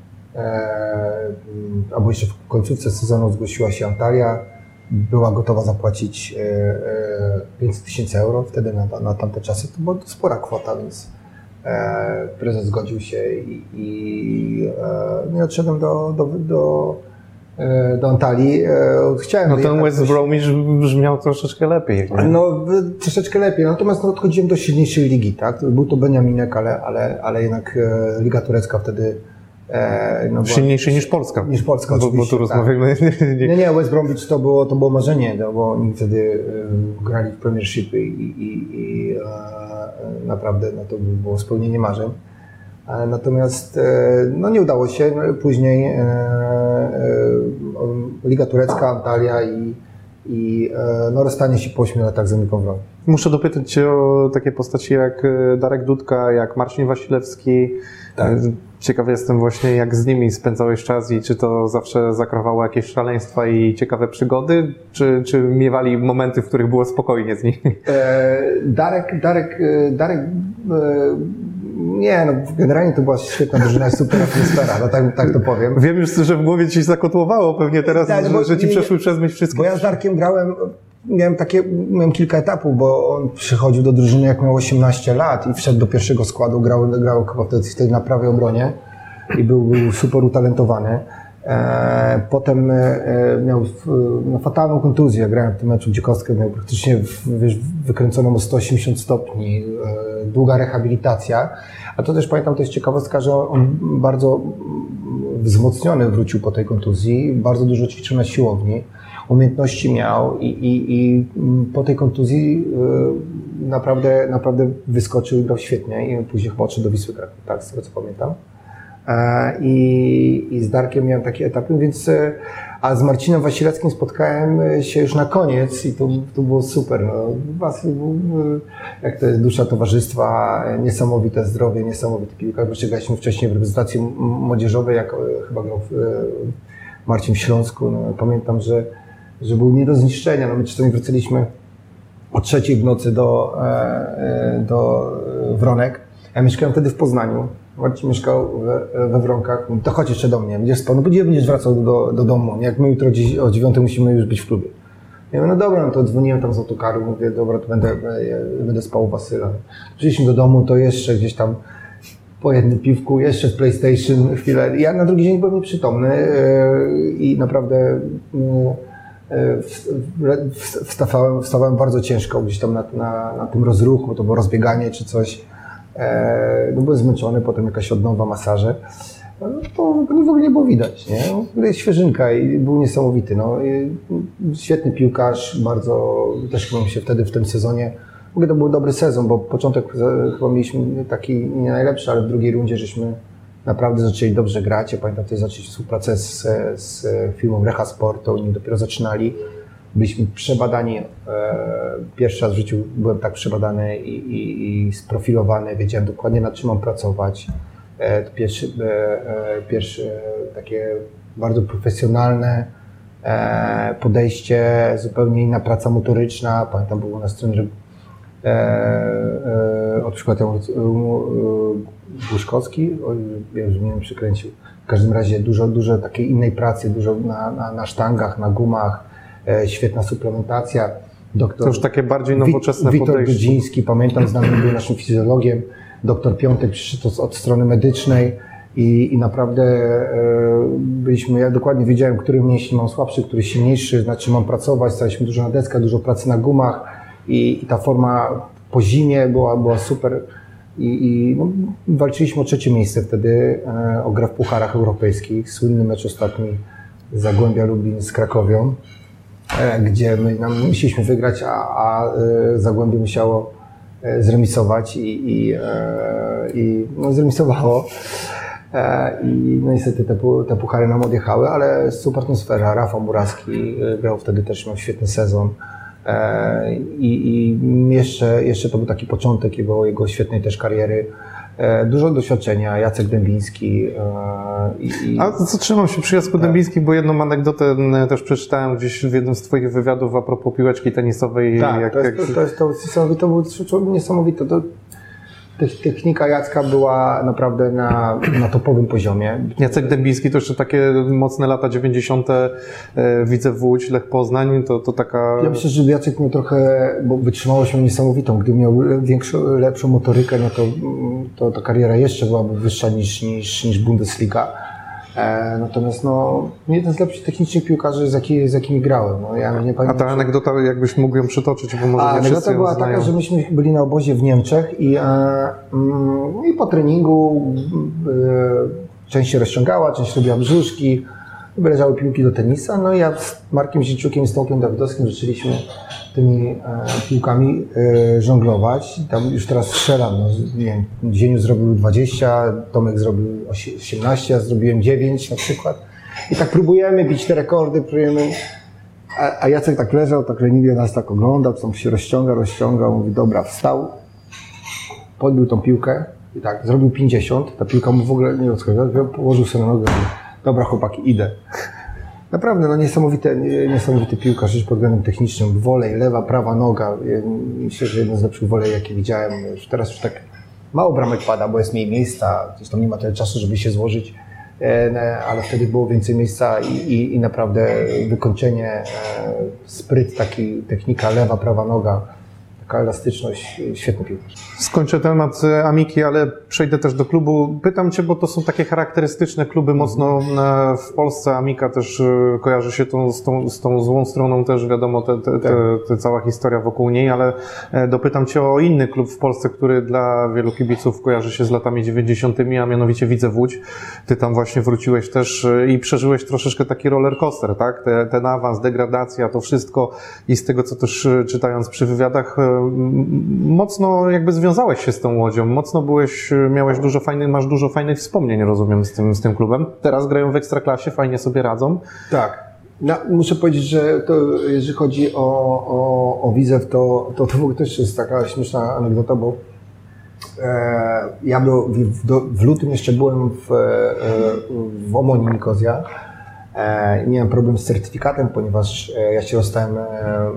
e, albo jeszcze w końcówce sezonu zgłosiła się Antalya, była gotowa zapłacić e, e, pięćset tysięcy euro, wtedy na, na tamte czasy to była spora kwota, więc prezes zgodził się i, i no, odszedłem do, do, do, do Antalii. Chciałem no ten West Bromwich brzmiał troszeczkę lepiej. Nie? No troszeczkę lepiej, natomiast no, odchodziłem do silniejszej ligi, tak? Był to Beniaminek, ale, ale, ale jednak Liga Turecka wtedy no, silniejszy niż Polska. Niż Polska, bo, oczywiście. Bo tu rozmawiamy. Tak. Nie, nie, West Bromwich to było, to było marzenie, no, bo oni wtedy grali w Premiership i, i, i naprawdę no, to było spełnienie marzeń. Natomiast no, nie udało się. Później e, e, Liga Turecka, Antalya i, i no, rozstanie się po ośmiu latach z Amiką Wrocław. Muszę dopytać Cię o takie postaci jak Darek Dudka, jak Marcin Wasilewski. Tak. Ciekawy jestem właśnie, jak z nimi spędzałeś czas i czy to zawsze zakrawało jakieś szaleństwa i ciekawe przygody, czy, czy miewali momenty, w których było spokojnie z nimi? E, Darek, Darek, Darek, e, nie no, generalnie to była świetna drużyna, super atmosfera, no tak, tak to powiem. Wiem już, że w głowie Ci się zakotłowało pewnie teraz, tak, że, że Ci nie, przeszły przez myśl wszystko. Bo ja z Darkiem grałem, miałem takie, miałem kilka etapów, bo on przychodził do drużyny jak miał osiemnaście lat i wszedł do pierwszego składu, grał, grał chyba wtedy, wtedy na prawej obronie i był, był super utalentowany. E, potem e, miał no, fatalną kontuzję, grałem w tym meczu, gdzie kostkę miał praktycznie wiesz, wykręconą o sto osiemdziesiąt stopni, e, długa rehabilitacja. A to też pamiętam, to jest ciekawostka, że on bardzo wzmocniony wrócił po tej kontuzji, bardzo dużo ćwiczył na siłowni. Umiejętności miał i, i, i po tej kontuzji y, naprawdę, naprawdę wyskoczył i grał świetnie i później chyba odszedł do Wisły Kraków, tak, z tego co pamiętam. E, i, I z Darkiem miałem takie etapy, więc a z Marcinem Wasilewskim spotkałem się już na koniec i to, to było super. No, Wasyl był, jak to jest dusza towarzystwa, niesamowite zdrowie, niesamowity piłkarz. Wreszcie graliśmy wcześniej w reprezentacji młodzieżowej, jak chyba grał Marcin w Śląsku. No, pamiętam, że że był nie do zniszczenia. No my czasami wracaliśmy o trzeciej w nocy do, do Wronek. Ja mieszkałem wtedy w Poznaniu. Marcin mieszkał we, we Wronkach. Mówi, to chodź jeszcze do mnie, będziesz spał. No gdzie będziesz wracał do, do domu? Jak my jutro o dziewiątej musimy już być w klubie. Ja mówię, no dobra, no to dzwoniłem tam z autokaru, mówię, dobra, to będę, będę spał u Wasyla. Przyjechaliśmy do domu, to jeszcze gdzieś tam po jednym piwku, jeszcze w PlayStation chwilę. Ja na drugi dzień byłem nieprzytomny i naprawdę wstawałem, wstawałem bardzo ciężko gdzieś tam na, na, na tym rozruchu, to było rozbieganie czy coś. No byłem zmęczony, potem jakaś odnowa, masaże. No, to w ogóle nie było widać, nie? Świeżynka i był niesamowity. No. Świetny piłkarz, bardzo też chyba mi się wtedy w tym sezonie. W ogóle to był dobry sezon, bo początek chyba mieliśmy taki nie najlepszy, ale w drugiej rundzie żeśmy naprawdę zaczęli dobrze grać. Ja pamiętam wtedy zacząć współpracę z, z firmą Recha Sport, to oni dopiero zaczynali. Byliśmy przebadani. Pierwszy raz w życiu byłem tak przebadany i, i, i sprofilowany. Wiedziałem dokładnie, nad czym mam pracować. To pierwsze, pierwsze takie bardzo profesjonalne podejście, zupełnie inna praca motoryczna. Pamiętam, było na stronie od przykład Błyszkowski, ja już mnie przykręcił. W każdym razie dużo, dużo takiej innej pracy, dużo na, na, na sztangach, na gumach, świetna suplementacja. Doktor to już takie bardziej nowoczesne Wiktor podejście. Wiktor Dudziński, pamiętam, z nami był naszym fizjologiem. Doktor Piątek przyszedł od strony medycznej i, i naprawdę e, byliśmy, ja dokładnie wiedziałem, który mięsień mam słabszy, który silniejszy, na czym mam pracować. Staliśmy dużo na deskach, dużo pracy na gumach i, i ta forma po zimie była, była super. I, i no, walczyliśmy o trzecie miejsce wtedy, e, o grę w pucharach europejskich. Słynny mecz ostatni Zagłębia Lublin z Krakowią, e, gdzie my nam musieliśmy wygrać, a, a e, Zagłębie musiało zremisować i, i, i no, zremisowało. I no, niestety te, te puchary nam odjechały, ale super atmosfera. Rafał Murawski grał wtedy też, miał świetny sezon. I, i jeszcze, jeszcze to był taki początek jego, jego świetnej też kariery. Dużo doświadczenia, Jacek Dębiński. I, i... A zatrzymam się przy Jacku tak. Dębińskim, bo jedną anegdotę też przeczytałem gdzieś w jednym z twoich wywiadów a propos piłeczki tenisowej. Tak, jak, to, jest, jak... to, to, jest, to, jest, to było niesamowite. To, technika Jacka była naprawdę na, na topowym poziomie. Jacek Dębiński to jeszcze takie mocne lata dziewięćdziesiąte. Widzę w Łódź, Lech Poznań, to, to taka... Ja myślę, że Jacek miał trochę, bo wytrzymałość miał niesamowitą. Gdyby miał większą, lepszą motorykę, no to, to ta kariera jeszcze byłaby wyższa niż, niż, niż Bundesliga. E, natomiast no, jeden z lepszych technicznych piłkarzy, z, jaki, z jakimi grałem. No, ja nie pamiętam, A ta anegdota, jakbyś mógł ją przytoczyć, bo może A, nie anegdota była znają. taka, że myśmy byli na obozie w Niemczech i, e, mm, i po treningu e, część się rozciągała, część robiła brzuszki, leżały piłki do tenisa, no i ja z Markiem Zięciukiem i z Tomkiem Dawidowskim zaczęliśmy tymi e, piłkami e, żonglować. Tam już teraz strzelam, no, nie wiem, Zieniu zrobił dwadzieścia, Tomek zrobił osiemnaście, ja zrobiłem dziewięć na przykład. I tak próbujemy bić te rekordy, próbujemy. A, a Jacek tak leżał, tak leniwie nas tak oglądał, tam się rozciąga, rozciąga, mówi dobra, wstał, podbił tą piłkę i tak, zrobił pięćdziesiąt, ta piłka mu w ogóle nie odchodziła, położył sobie na nogę i mówi, dobra chłopaki, idę. Naprawdę, no niesamowity, niesamowity piłkarz pod względem technicznym, wolej, lewa, prawa noga, myślę, że jeden z lepszych wolej, jakie widziałem. Już teraz już tak mało bramek pada, bo jest mniej miejsca, gdzieś tam nie ma tyle czasu, żeby się złożyć, ale wtedy było więcej miejsca i, i, i naprawdę wykończenie, spryt, taki technika, lewa, prawa noga, taka elastyczność, świetny piłkarz. Skończę temat Amiki, ale przejdę też do klubu. Pytam Cię, bo to są takie charakterystyczne kluby mocno w Polsce. Amika też kojarzy się tą, z, tą, z tą złą stroną też, wiadomo, te, te, te, te cała historia wokół niej, ale dopytam Cię o inny klub w Polsce, który dla wielu kibiców kojarzy się z latami dziewięćdziesiątymi, a mianowicie Widzew Łódź. Ty tam właśnie wróciłeś też i przeżyłeś troszeczkę taki roller coaster, tak? Ten, ten awans, degradacja, to wszystko i z tego, co też czytając przy wywiadach, mocno jakby związałeś się z tą Łodzią, mocno byłeś, miałeś dużo fajnych, masz dużo fajnych wspomnień, rozumiem, z tym, z tym klubem. Teraz grają w Ekstraklasie, fajnie sobie radzą. Tak. No, muszę powiedzieć, że to, jeżeli chodzi o, o, o Widzew, to, to, to też jest taka śmieszna anegdota, bo e, ja do, w, do, w lutym jeszcze byłem w, e, w Omonii Nikozja. E, miałem problem z certyfikatem, ponieważ e, ja się rozstałem e,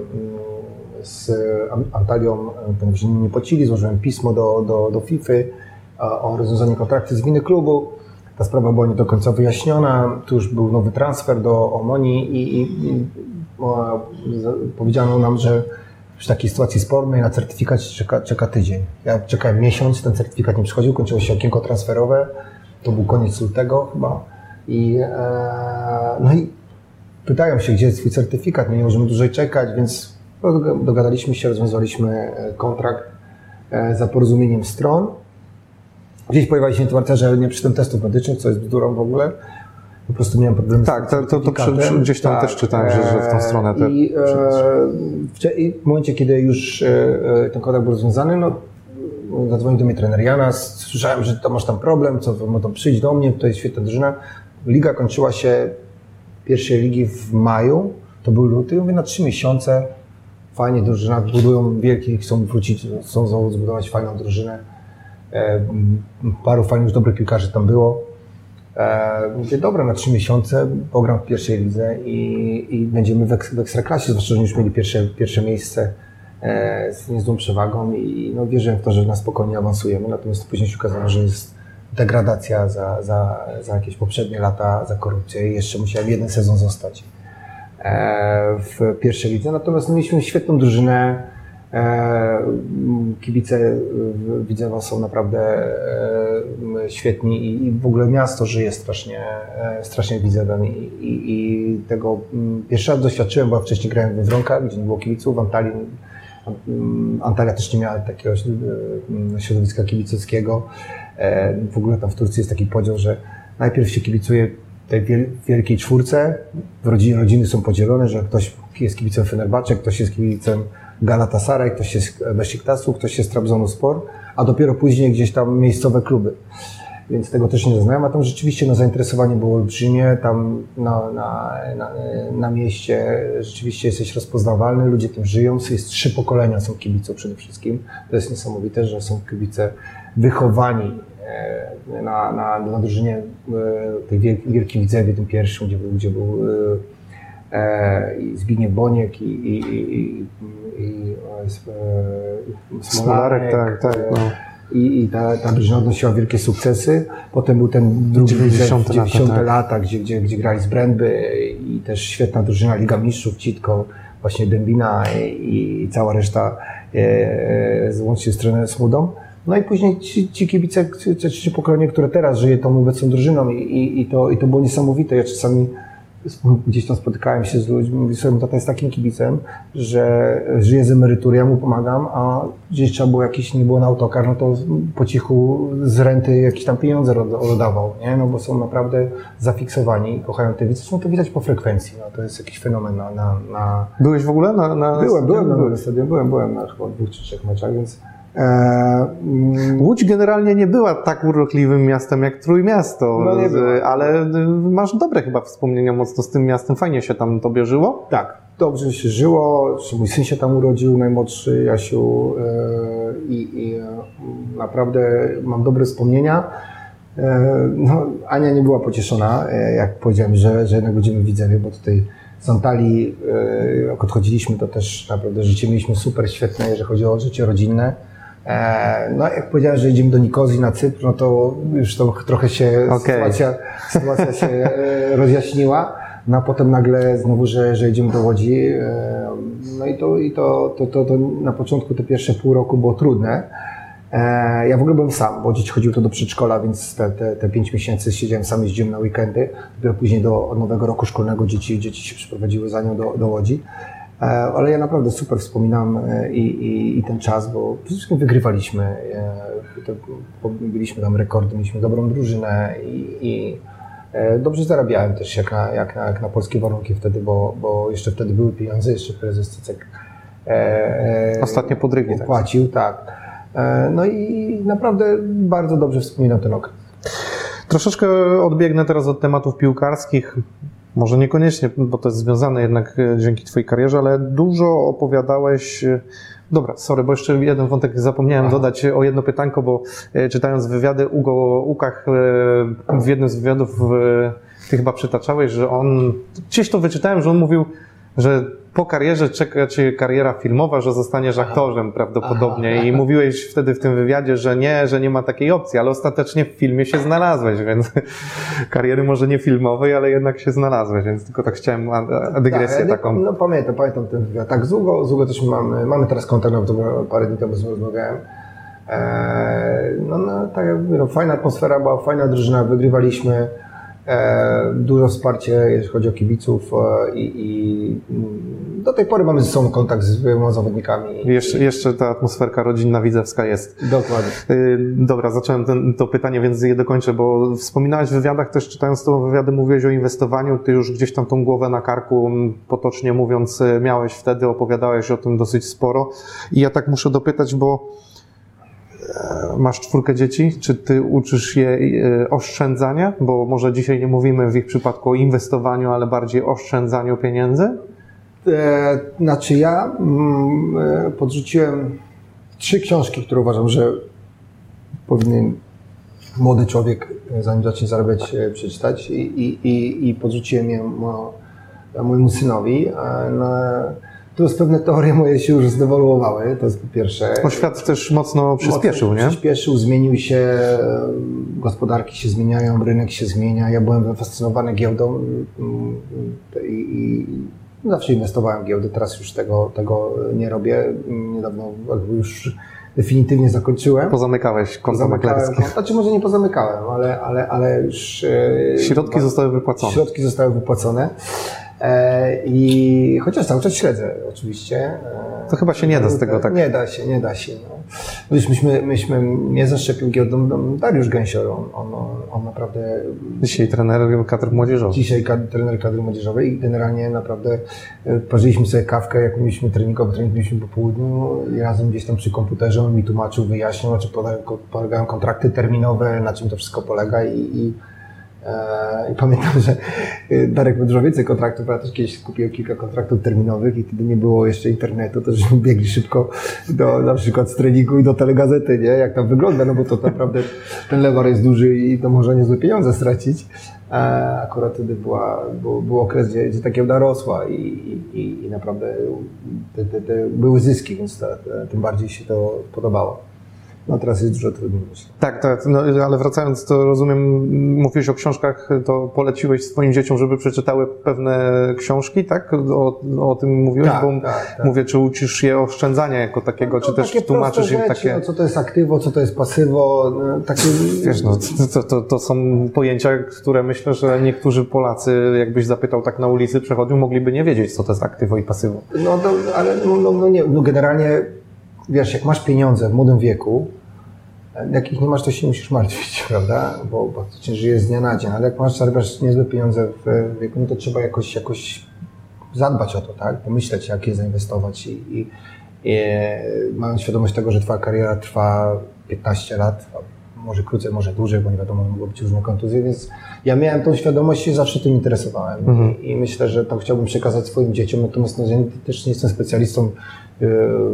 z Antalią, ponieważ nie płacili, złożyłem pismo do, do, do FIFA o rozwiązanie kontraktu z winy klubu. Ta sprawa była nie do końca wyjaśniona, tu już był nowy transfer do Omonii i, i, i o, z, powiedziano nam, że w takiej sytuacji spornej na certyfikat czeka, czeka tydzień. Ja czekałem miesiąc, ten certyfikat nie przychodził, kończyło się okienko transferowe, to był koniec lutego chyba. I, e, no i pytają się, gdzie jest twój certyfikat, my nie możemy dłużej czekać, więc dogadaliśmy się, rozwiązaliśmy kontrakt e, za porozumieniem stron. Gdzieś pojawiła się informacja, że nie przyszedłem testów medycznych, co jest bzdurą w ogóle. Po prostu miałem problemy tak, z to, to, to przy, przy, gdzieś tam tak, też czytałem, że, że w tą stronę te... I, e, I w momencie, kiedy już e, ten kontrakt był rozwiązany, no, zadzwonił do mnie trener Janas, słyszałem, że to masz tam problem, co to przyjdź do mnie, to jest świetna drużyna. Liga kończyła się pierwszej ligi w maju, to był luty, mówię, na trzy miesiące, fajnie drużyna, budują wielkie, chcą wrócić, chcą znowu zbudować fajną drużynę. E, paru fajnych, dobrych piłkarzy tam było. E, mówię, dobra, na trzy miesiące pogram w pierwszej lidze i, i będziemy w, ek, w Ekstraklasie, zwłaszcza, że już mieli pierwsze, pierwsze miejsce e, z niezłą przewagą i no, wierzyłem w to, że na spokojnie awansujemy, natomiast później się okazało, że jest degradacja za, za, za jakieś poprzednie lata, za korupcję i jeszcze musiałem jeden sezon zostać e, w pierwszej lidze, natomiast no, mieliśmy świetną drużynę. Kibice Widzewa są naprawdę świetni i w ogóle miasto żyje strasznie, strasznie Widzewem i, i, i tego pierwszy raz doświadczyłem, bo wcześniej grałem we Wronkach, gdzie nie było kibiców, w Antalii. Antalya też nie miała takiego środowiska kibicowskiego. W ogóle tam w Turcji jest taki podział, że najpierw się kibicuje tej wielkiej czwórce, rodziny, rodziny są podzielone, że ktoś jest kibicem Fenerbahce, ktoś jest kibicem Galatasaray, ktoś jest Besiktasu, ktoś jest Trabzonspor, a dopiero później gdzieś tam miejscowe kluby. Więc tego też nie znałem, a tam rzeczywiście no, zainteresowanie było olbrzymie, tam na, na, na, na mieście rzeczywiście jesteś rozpoznawalny, ludzie tym żyją, jest trzy pokolenia są kibiców przede wszystkim. To jest niesamowite, że są kibice wychowani na, na, na drużynie tej Wielkiej Widzewie, tym pierwszym, gdzie był, gdzie był i Zbigniew Boniek i, i, i, i, i Smolarek, tak, tak. No. I, i ta, ta drużyna odnosiła wielkie sukcesy. Potem był ten drugi dziewięćdziesiąte lata, tak. lata gdzie, gdzie, gdzie grali z Brędby i też świetna drużyna Liga Mistrzów, Citko, właśnie Dębina i, i cała reszta e, łącznie z trenerem Smudą. No i później ci, ci kibice, trzecie pokolenie, które teraz żyje tą obecną drużyną i, i, i, to, i to było niesamowite. Ja czasami gdzieś tam spotykałem się z ludźmi, mówię sobie, tata jest takim kibicem, że żyje z emerytury, ja mu pomagam, a gdzieś trzeba było jakiś, nie było na autokar, no to po cichu z renty jakieś tam pieniądze oddawał, nie? No bo są naprawdę zafiksowani i kochają te widzów, no to widać po frekwencji, no to jest jakiś fenomen na... na, na... Byłeś w ogóle na... na byłem, byłem na, na stadionie, byłem, byłem na chyba dwóch czy trzech meczach, więc... Eee, Łódź generalnie nie była tak urokliwym miastem jak Trójmiasto, no nie była. Ale masz dobre chyba wspomnienia mocno z tym miastem, fajnie się tam tobie żyło? Tak, dobrze się żyło, mój syn się tam urodził, najmłodszy, Jasiu, e, i, i naprawdę mam dobre wspomnienia. E, no, Ania nie była pocieszona, e, jak powiedziałem, że, że jednak będziemy w Widzewie, bo tutaj z Antalii, e, jak odchodziliśmy, to też naprawdę życie mieliśmy super świetne, jeżeli chodzi o życie rodzinne. No jak powiedziałem, że idziemy do Nikozji na Cypr, no to już to trochę się okay. sytuacja, sytuacja się rozjaśniła, no a potem nagle znowu, że, że idziemy do Łodzi. No i, to, i to, to, to, to na początku te pierwsze pół roku było trudne. Ja w ogóle byłem sam, bo dzieci chodziły to do przedszkola, więc te, te, te pięć miesięcy siedziałem sam, jeździłem na weekendy. Dopiero później do od nowego roku szkolnego dzieci, dzieci się przyprowadziły za nią do, do Łodzi. Ale ja naprawdę super wspominam i, i, i ten czas, bo przede wszystkim wygrywaliśmy, byliśmy tam rekordy, mieliśmy dobrą drużynę i, i dobrze zarabiałem też jak na, jak na, jak na polskie warunki wtedy, bo, bo jeszcze wtedy były pieniądze, jeszcze prezes Cycek ostatnie podrygi płacił, tak. No i naprawdę bardzo dobrze wspominam ten okres. Troszeczkę odbiegnę teraz od tematów piłkarskich. Może niekoniecznie, bo to jest związane jednak dzięki twojej karierze, ale dużo opowiadałeś... Dobra, sorry, bo jeszcze jeden wątek zapomniałem Aha. dodać o jedno pytanko, bo czytając wywiady Ugo Łukach w jednym z wywiadów ty chyba przytaczałeś, że on... Gdzieś to wyczytałem, że on mówił, że po karierze czeka cię kariera filmowa, że zostaniesz aha. aktorem prawdopodobnie aha. i mówiłeś wtedy w tym wywiadzie, że nie, że nie ma takiej opcji, ale ostatecznie w filmie się znalazłeś, więc kariery może nie filmowej, ale jednak się znalazłeś, więc tylko tak chciałem dygresję tak, taką. No pamiętam, pamiętam ten wywiad. Tak, z Hugo, z Hugo też mamy, mamy teraz kontakt, no, parę dni temu z nim rozmawiałem. Eee, no, no tak jak mówię, no, fajna atmosfera była, fajna drużyna, wygrywaliśmy. E, dużo wsparcia, jeśli chodzi o kibiców e, i, i do tej pory mamy ze sobą kontakt z wieloma zawodnikami. Jeszcze, jeszcze ta atmosferka rodzinna widzewska jest. Dokładnie. E, dobra, zacząłem ten, to pytanie, więc je dokończę, bo wspominałeś w wywiadach, też czytając to wywiady, mówiłeś o inwestowaniu, ty już gdzieś tam tą głowę na karku, potocznie mówiąc, miałeś wtedy, opowiadałeś o tym dosyć sporo i ja tak muszę dopytać, bo masz czwórkę dzieci, czy ty uczysz je oszczędzania? Bo może dzisiaj nie mówimy w ich przypadku o inwestowaniu, ale bardziej oszczędzaniu pieniędzy? E, znaczy ja mm, podrzuciłem trzy książki, które uważam, że powinien młody człowiek, zanim zacznie zarabiać, przeczytać i, i, i, i podrzuciłem je mo, mojemu synowi. Na, Tu pewne teorie moje się już zdewaluowały, to jest po pierwsze. Bo świat też mocno przyspieszył, mocno nie? Przyspieszył, zmienił się, gospodarki się zmieniają, rynek się zmienia. Ja byłem zafascynowany giełdą i, i zawsze inwestowałem w giełdę, teraz już tego, tego nie robię. Niedawno już definitywnie zakończyłem. Pozamykałeś konto maklerskie. Znaczy może nie pozamykałem, ale, ale, ale już... Środki zostały wypłacone. Środki zostały wypłacone. I chociaż cały czas śledzę oczywiście. To chyba się nie da z tego tak. Nie da się, nie da się. No. Myśmy, myśmy mnie zaszczepił giełdą Dariusz Gęsior. On, on, on naprawdę... Dzisiaj trener kadr młodzieżowej. Dzisiaj kad, trener kadry młodzieżowej i generalnie naprawdę parzyliśmy sobie kawkę, jak mieliśmy treningowy, trening mieliśmy po południu i razem gdzieś tam przy komputerze on mi tłumaczył, wyjaśniał, na czym polegają kontrakty terminowe, na czym to wszystko polega i, i I pamiętam, że Darek miał więcej kontraktów, ja też kiedyś kupiłem kilka kontraktów terminowych i kiedy nie było jeszcze internetu, to żeśmy biegli szybko do, na przykład z treningu i do telegazety, nie? Jak tam wygląda, no bo to naprawdę ten lewar jest duży i to może niezłe pieniądze stracić. Akurat wtedy była, był, był okres, gdzie, gdzie ta giełda rosła i, i, i naprawdę te, te, te były zyski, więc to, te, tym bardziej się to podobało. No teraz jest dużo trudniej, myślę. Tak, tak, no, ale wracając, to rozumiem, mówiłeś o książkach, to poleciłeś swoim dzieciom, żeby przeczytały pewne książki, tak? O, o tym mówiłeś, tak, bo tak, tak. mówię, czy uczysz je oszczędzania jako takiego, no, czy też tłumaczysz im rzeczy, takie... No, co to jest aktywo, co to jest pasywo, no, takie... Wiesz, no, to, to, to są pojęcia, które myślę, że niektórzy Polacy, jakbyś zapytał tak na ulicy przechodził, mogliby nie wiedzieć, co to jest aktywo i pasywo. No, to, ale no, no, no, nie, no generalnie... Wiesz, jak masz pieniądze w młodym wieku, jak ich nie masz, to się musisz martwić, prawda? Bo faktycznie żyjesz z dnia na dzień, ale jak masz, zarabiasz niezłe pieniądze w wieku, no to trzeba jakoś, jakoś zadbać o to, tak? Pomyśleć, jak je zainwestować i, i, i mając świadomość tego, że twoja kariera trwa piętnaście lat, może krócej, może dłużej, bo nie wiadomo, mogło być różne kontuzje, więc ja miałem tą świadomość i zawsze tym interesowałem. Mhm. I, I myślę, że to chciałbym przekazać swoim dzieciom, natomiast no, ja też nie jestem specjalistą yy,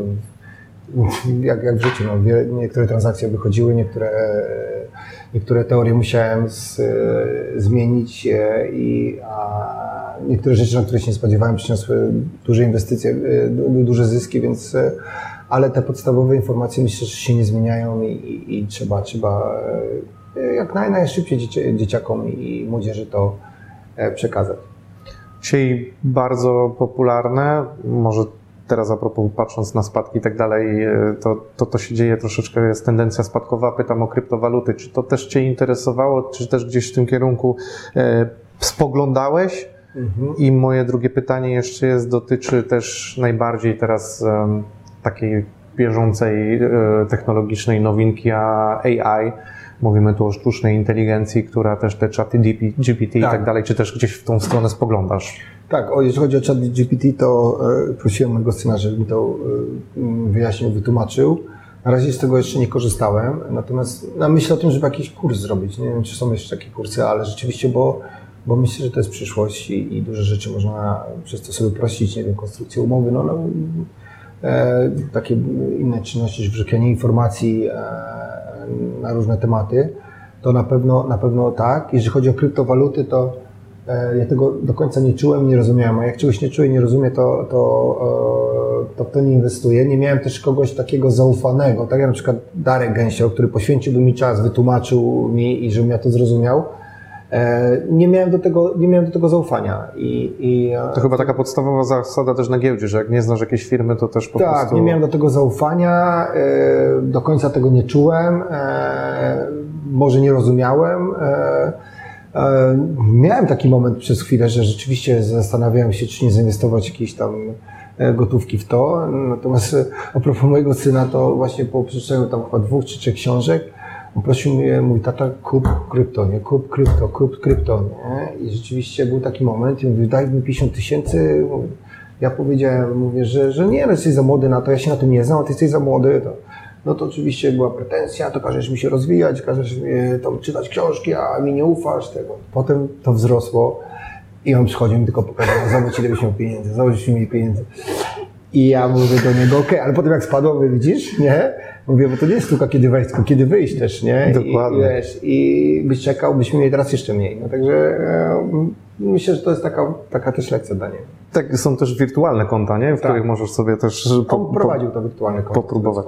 Jak, jak w życiu, no, niektóre transakcje wychodziły, niektóre, niektóre teorie musiałem z, zmienić i a niektóre rzeczy, na które się nie spodziewałem, przyniosły duże inwestycje, duże zyski, więc ale te podstawowe informacje myślę, że się nie zmieniają i, i, i trzeba, trzeba jak naj, najszybciej dzieci, dzieciakom i młodzieży to przekazać. Dzisiaj bardzo popularne, może teraz a propos patrząc na spadki i tak dalej, to, to to się dzieje troszeczkę, jest tendencja spadkowa. Pytam o kryptowaluty. Czy to też Cię interesowało, czy też gdzieś w tym kierunku e, spoglądałeś? Mhm. I moje drugie pytanie jeszcze jest, dotyczy też najbardziej teraz e, takiej bieżącej e, technologicznej nowinki, a A I. Mówimy tu o sztucznej inteligencji, która też te czaty G P T tak. i tak dalej, czy też gdzieś w tą stronę spoglądasz? Tak, o, jeżeli chodzi o czat G P T, to e, prosiłem mojego syna, żeby mi to e, wyjaśnił, wytłumaczył. Na razie z tego jeszcze nie korzystałem, natomiast no, myślę o tym, żeby jakiś kurs zrobić. Nie wiem, czy są jeszcze takie kursy, ale rzeczywiście, bo, bo myślę, że to jest przyszłość i, i duże rzeczy można przez to sobie uprościć, nie wiem, konstrukcję umowy, no, no e, takie inne czynności, wrzucanie informacji e, na różne tematy, to na pewno, na pewno tak. Jeżeli chodzi o kryptowaluty, to Ja tego do końca nie czułem, nie rozumiałem, a jak czegoś nie czuję, nie rozumiem, to, to, to w to nie inwestuję. Nie miałem też kogoś takiego zaufanego, tak jak na przykład Darek Gęsioł, który poświęciłby mi czas, wytłumaczył mi i żebym ja to zrozumiał. Nie miałem do tego, nie miałem do tego zaufania. I, i, to chyba taka podstawowa zasada też na giełdzie, że jak nie znasz jakiejś firmy, to też po tak, prostu... Tak, nie miałem do tego zaufania, do końca tego nie czułem, może nie rozumiałem. Miałem taki moment przez chwilę, że rzeczywiście zastanawiałem się, czy nie zainwestować jakieś tam gotówki w to. Natomiast a propos mojego syna, to właśnie po przeczytaniu tam chyba dwóch czy trzech książek, on prosił mnie, mój tata, kup krypto, nie? Kup krypto, kup krypto, nie? I rzeczywiście był taki moment i mówię, daj mi pięćdziesiąt tysięcy. Ja powiedziałem, mówię, że, że nie, jesteś za młody na to, ja się na tym nie znam, a ty jesteś za młody. To, no to oczywiście była pretensja, to każesz mi się rozwijać, każesz mi tam czytać książki, a mi nie ufasz tego. Potem to wzrosło i on przychodził mi tylko pokazał, zobacz ile byś miał pieniędzy, zobacz ile miał pieniędzy. I ja mówię do niego, okej, okay, ale potem jak spadło, mówię, widzisz, nie? Mówię, bo to nie jest sztuka kiedy wejść, tylko kiedy wyjść też, nie? Dokładnie. I, wiesz, i byś czekał, byśmy mieli teraz jeszcze mniej. No także e, myślę, że to jest taka, taka też lekcja dla niego. Tak, są też wirtualne konta, nie? W tak. których możesz sobie też po, On prowadził to wirtualne konto. Popróbować.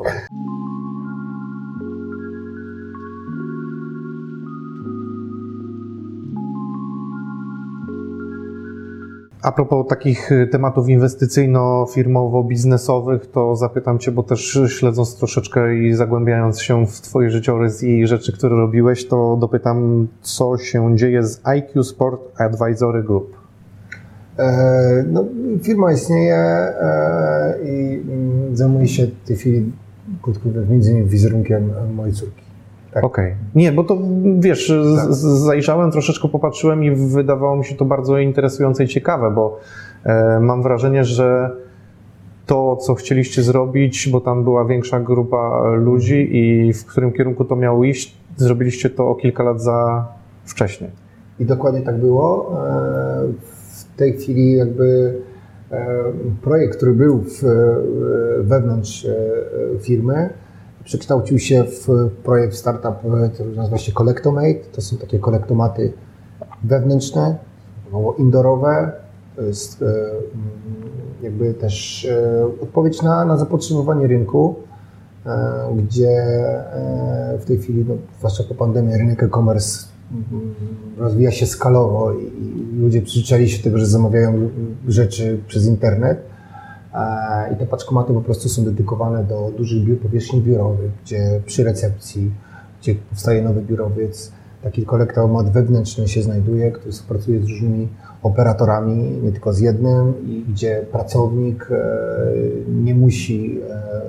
A propos takich tematów inwestycyjno-firmowo-biznesowych, to zapytam Cię, bo też śledząc troszeczkę i zagłębiając się w Twój życiorys i rzeczy, które robiłeś, to dopytam, co się dzieje z I Q Sport Advisory Group. E, no, firma istnieje e, i zajmuje się w tej chwili, krótko mówiąc, między innymi wizerunkiem mojej córki. Tak. Okej. Okay. Nie, bo to wiesz, tak. zajrzałem, troszeczkę popatrzyłem i wydawało mi się to bardzo interesujące i ciekawe, bo e, mam wrażenie, że to, co chcieliście zrobić, bo tam była większa grupa ludzi i w którym kierunku to miało iść, zrobiliście to o kilka lat za wcześnie. I dokładnie tak było. E, w tej chwili jakby e, projekt, który był w, wewnątrz e, firmy, przekształcił się w projekt startup, który nazywa się Collectomate. To są takie kolektomaty wewnętrzne, indoorowe. To jest jakby też odpowiedź na, na zapotrzebowanie rynku, gdzie w tej chwili, no, zwłaszcza po pandemii, rynek e-commerce rozwija się skalowo i ludzie przyzwyczaili się do tego, że zamawiają rzeczy przez internet. I te paczkomaty po prostu są dedykowane do dużych biur, powierzchni biurowych, gdzie przy recepcji, gdzie powstaje nowy biurowiec, taki kolektomat wewnętrzny się znajduje, który współpracuje z różnymi operatorami, nie tylko z jednym, i gdzie pracownik nie musi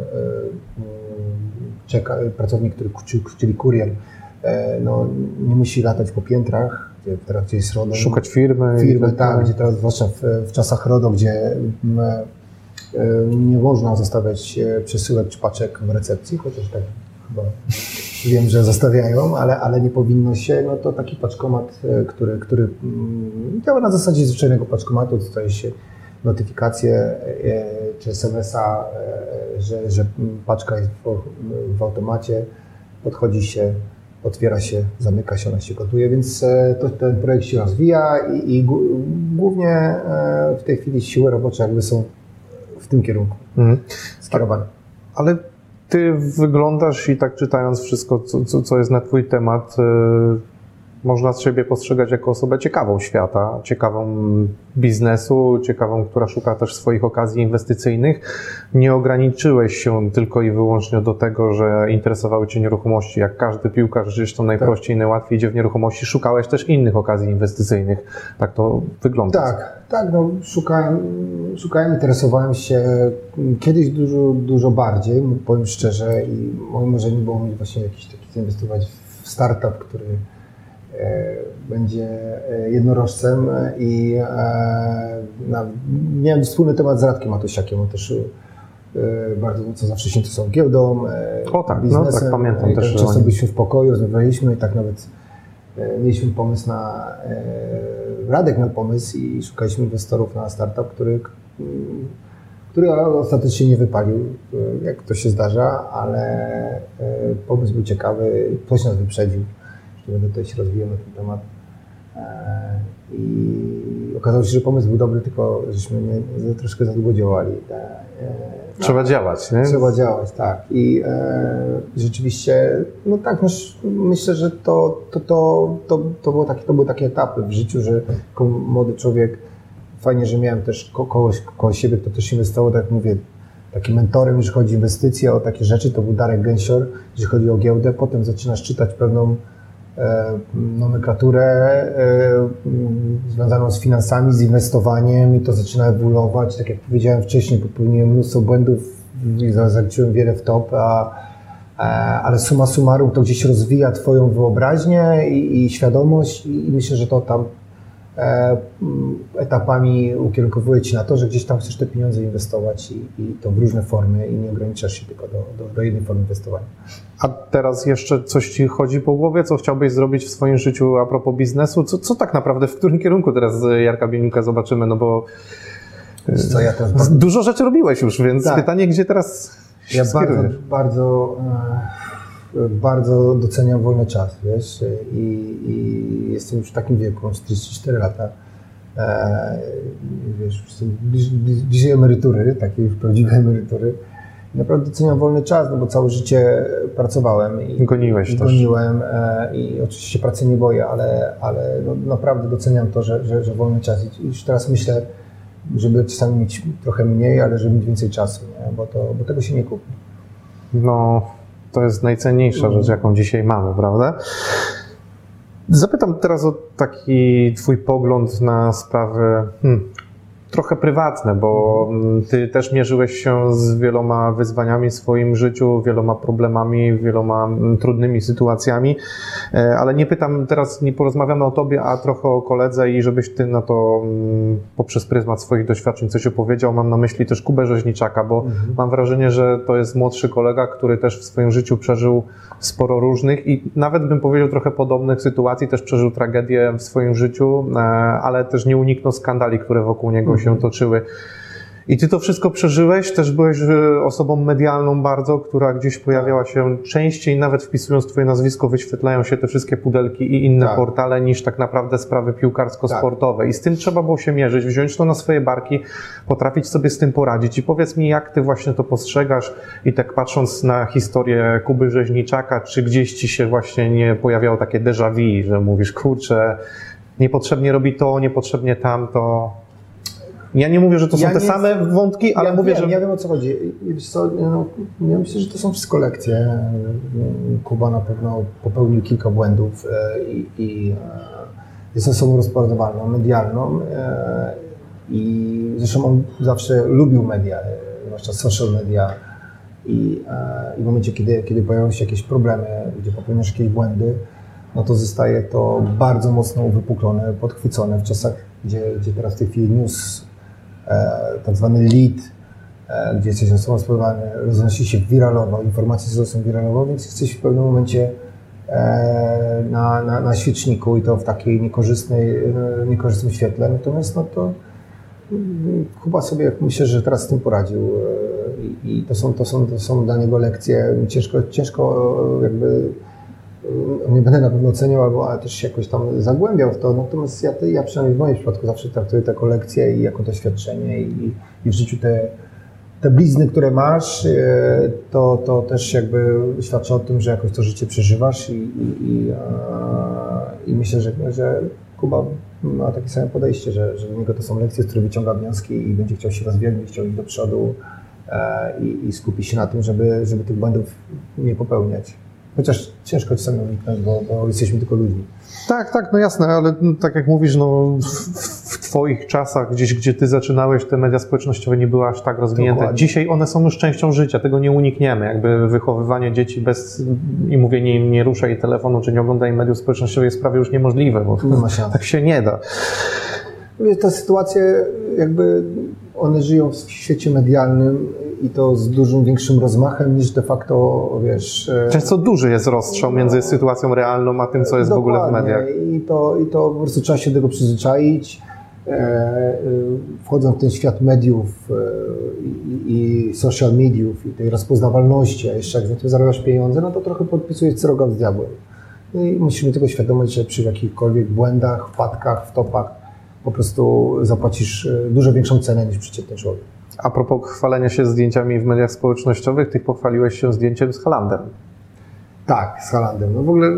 czekać, pracownik, który, czyli kurier, no, nie musi latać po piętrach, gdzie teraz gdzie jest RODO. Szukać firmy. Firmy, tak, gdzie teraz, zwłaszcza w, w czasach RODO, gdzie nie można zostawiać przesyłek czy paczek w recepcji, chociaż tak chyba wiem, że zostawiają, ale, ale nie powinno się. No to taki paczkomat, który, który działa na zasadzie zwyczajnego paczkomatu, dostaje się notyfikację czy es em es a, że, że paczka jest w, w automacie, podchodzi się, otwiera się, zamyka się, ona się gotuje, więc to, ten projekt się rozwija i, i głównie w tej chwili siły robocze jakby są w tym kierunku mhm. skierowane. Ale Ty wyglądasz i tak czytając wszystko, co, co, co jest na Twój temat, yy, można z siebie postrzegać jako osobę ciekawą świata, ciekawą biznesu, ciekawą, która szuka też swoich okazji inwestycyjnych. Nie ograniczyłeś się tylko i wyłącznie do tego, że interesowały Cię nieruchomości. Jak każdy piłkarz, zresztą najprościej, tak. najłatwiej idzie w nieruchomości. Szukałeś też innych okazji inwestycyjnych. Tak to wygląda. Tak, tak. No, szukałem, szukałem, interesowałem się kiedyś dużo, dużo bardziej, powiem szczerze, i moim marzeniem było mieć właśnie jakiś taki, zainwestować w startup, który będzie jednorożcem i na, miałem wspólny temat z Radkiem Matusiakiem, on też bardzo co zawsze się interesował giełdą, o, tak, biznesem. No, tak, pamiętam też. Często byliśmy w pokoju, rozmawialiśmy i tak nawet mieliśmy pomysł na, Radek miał pomysł i szukaliśmy inwestorów na startup, który, który ostatecznie nie wypalił, jak to się zdarza, ale pomysł był ciekawy, ktoś nas wyprzedził. Nie będę tutaj się rozwijał na ten temat. I okazało się, że pomysł był dobry, tylko żeśmy nie, troszkę za długo działali. Trzeba działać, nie? Trzeba działać, tak. I e, rzeczywiście, no tak, myślę, że to, to, to, to, to, było takie, to były takie etapy w życiu, że jako młody człowiek, fajnie, że miałem też ko kogoś koło siebie, kto też inwestował, tak jak mówię, takim mentorem, jeżeli chodzi o inwestycje, o takie rzeczy, to był Darek Gęsior, jeżeli chodzi o giełdę. Potem zaczynasz czytać pewną e, nomenklaturę e, związaną z finansami, z inwestowaniem i to zaczyna ewoluować. Tak jak powiedziałem wcześniej, popełniłem mnóstwo błędów i zaliczyłem wiele w top, a, a, ale summa summarum to gdzieś rozwija twoją wyobraźnię i, i świadomość i, i myślę, że to tam e, etapami ukierunkowuje ci na to, że gdzieś tam chcesz te pieniądze inwestować i, i to w różne formy i nie ograniczasz się tylko do, do, do jednej formy inwestowania. A teraz jeszcze coś ci chodzi po głowie? Co chciałbyś zrobić w swoim życiu a propos biznesu? Co, co tak naprawdę, w którym kierunku teraz Jarka Bielnika zobaczymy? No bo co, ja teraz dużo rzeczy robiłeś już, więc tak. Pytanie, gdzie teraz się Ja skierujesz? bardzo, bardzo, e, bardzo doceniam wolny czas, wiesz, i, i jestem już w takim wieku, mam czterdzieści cztery lata, e, wiesz, jestem bliż, bliżej emerytury, takiej już prawdziwej emerytury. I naprawdę doceniam wolny czas, no bo całe życie pracowałem i Goniłeś i też. goniłem e, i oczywiście pracy nie boję, ale, ale no, naprawdę doceniam to, że, że, że wolny czas. I już teraz myślę, żeby czasami mieć trochę mniej, ale żeby mieć więcej czasu, nie? Bo, to, bo tego się nie kupi. No, to jest najcenniejsza Mhm. rzecz, jaką dzisiaj mamy, prawda? Zapytam teraz o taki twój pogląd na sprawy hmm, trochę prywatne, bo ty też mierzyłeś się z wieloma wyzwaniami w swoim życiu, wieloma problemami, wieloma trudnymi sytuacjami, ale nie pytam teraz, nie porozmawiamy o tobie, a trochę o koledze i żebyś ty na to poprzez pryzmat swoich doświadczeń coś opowiedział. Mam na myśli też Kubę Rzeźniczaka, bo mhm. mam wrażenie, że to jest młodszy kolega, który też w swoim życiu przeżył sporo różnych i nawet bym powiedział trochę podobnych sytuacji, też przeżył tragedię w swoim życiu, ale też nie uniknął skandali, które wokół niego się toczyły. I ty to wszystko przeżyłeś, też byłeś osobą medialną bardzo, która gdzieś pojawiała się częściej, nawet wpisując twoje nazwisko, wyświetlają się te wszystkie pudelki i inne tak. portale, niż tak naprawdę sprawy piłkarsko-sportowe. Tak. I z tym trzeba było się mierzyć, wziąć to na swoje barki, potrafić sobie z tym poradzić. I powiedz mi, jak ty właśnie to postrzegasz i tak patrząc na historię Kuby Rzeźniczaka, czy gdzieś ci się właśnie nie pojawiało takie déjà vu, że mówisz, kurczę, niepotrzebnie robi to, niepotrzebnie tamto. Ja nie mówię, że to są ja te nie, same wątki, ale ja mówię, wiem, że... Ja wiem, o co chodzi. Wiesz co, no, ja myślę, że to są wszystko lekcje. Kuba na pewno popełnił kilka błędów i, i jest osobą rozpoznawalną, medialną i zresztą on zawsze lubił media, zwłaszcza social media i, i w momencie, kiedy, kiedy pojawiają się jakieś problemy, gdzie popełniasz jakieś błędy, no to zostaje to bardzo mocno uwypuklone, podchwycone w czasach, gdzie, gdzie teraz w tej chwili news, e, tak zwany lead, e, gdzie jesteś osobą spowodowaną, roznosi się wiralowo, informacje są wiralowo, więc jesteś w pewnym momencie e, na, na, na świeczniku i to w takiej niekorzystnej, e, niekorzystnym świetle. Natomiast no to Kuba sobie, myślę, że teraz z tym poradził e, i to są, to, są, to są dla niego lekcje. Ciężko, ciężko jakby nie będę na pewno oceniał, albo ale też się jakoś tam zagłębiał w to, natomiast ja, ja przynajmniej w moim przypadku zawsze traktuję to jako lekcję i jako doświadczenie i, i w życiu te, te blizny, które masz, to, to też jakby świadczy o tym, że jakoś to życie przeżywasz i, i, i, i myślę, że, że Kuba ma takie same podejście, że, że do niego to są lekcje, z których wyciąga wnioski i będzie chciał się rozwijać, będzie chciał iść do przodu i, i skupi się na tym, żeby, żeby tych błędów nie popełniać. Chociaż ciężko czasami uniknąć, bo, bo jesteśmy tylko ludźmi. Tak, tak, no jasne, ale no, tak jak mówisz, no w, w twoich czasach, gdzieś gdzie ty zaczynałeś, te media społecznościowe nie były aż tak rozwinięte. Dokładnie. Dzisiaj one są już częścią życia, tego nie unikniemy. Jakby wychowywanie dzieci bez i mówienie im nie ruszaj telefonu, czy nie oglądaj mediów społecznościowych jest prawie już niemożliwe, bo nie ma szans. Tak się nie da. Te sytuacje jakby one żyją w świecie medialnym i to z dużym, większym rozmachem niż de facto, wiesz... Często duży jest rozstrzał między sytuacją realną, a tym, co jest Dokładnie. w ogóle w mediach. I to, i to po prostu trzeba się do tego przyzwyczaić. Wchodząc w ten świat mediów i, i social mediów i tej rozpoznawalności, a jeszcze jak za to zarabiasz pieniądze, no to trochę podpisujesz sroga z diabłem. I musisz mieć tego świadomość, że przy jakichkolwiek błędach, wpadkach, wtopach po prostu zapłacisz dużo większą cenę niż przeciętny człowiek. A propos chwalenia się zdjęciami w mediach społecznościowych, ty pochwaliłeś się zdjęciem z Haalandem. Tak, z Haalandem. No w ogóle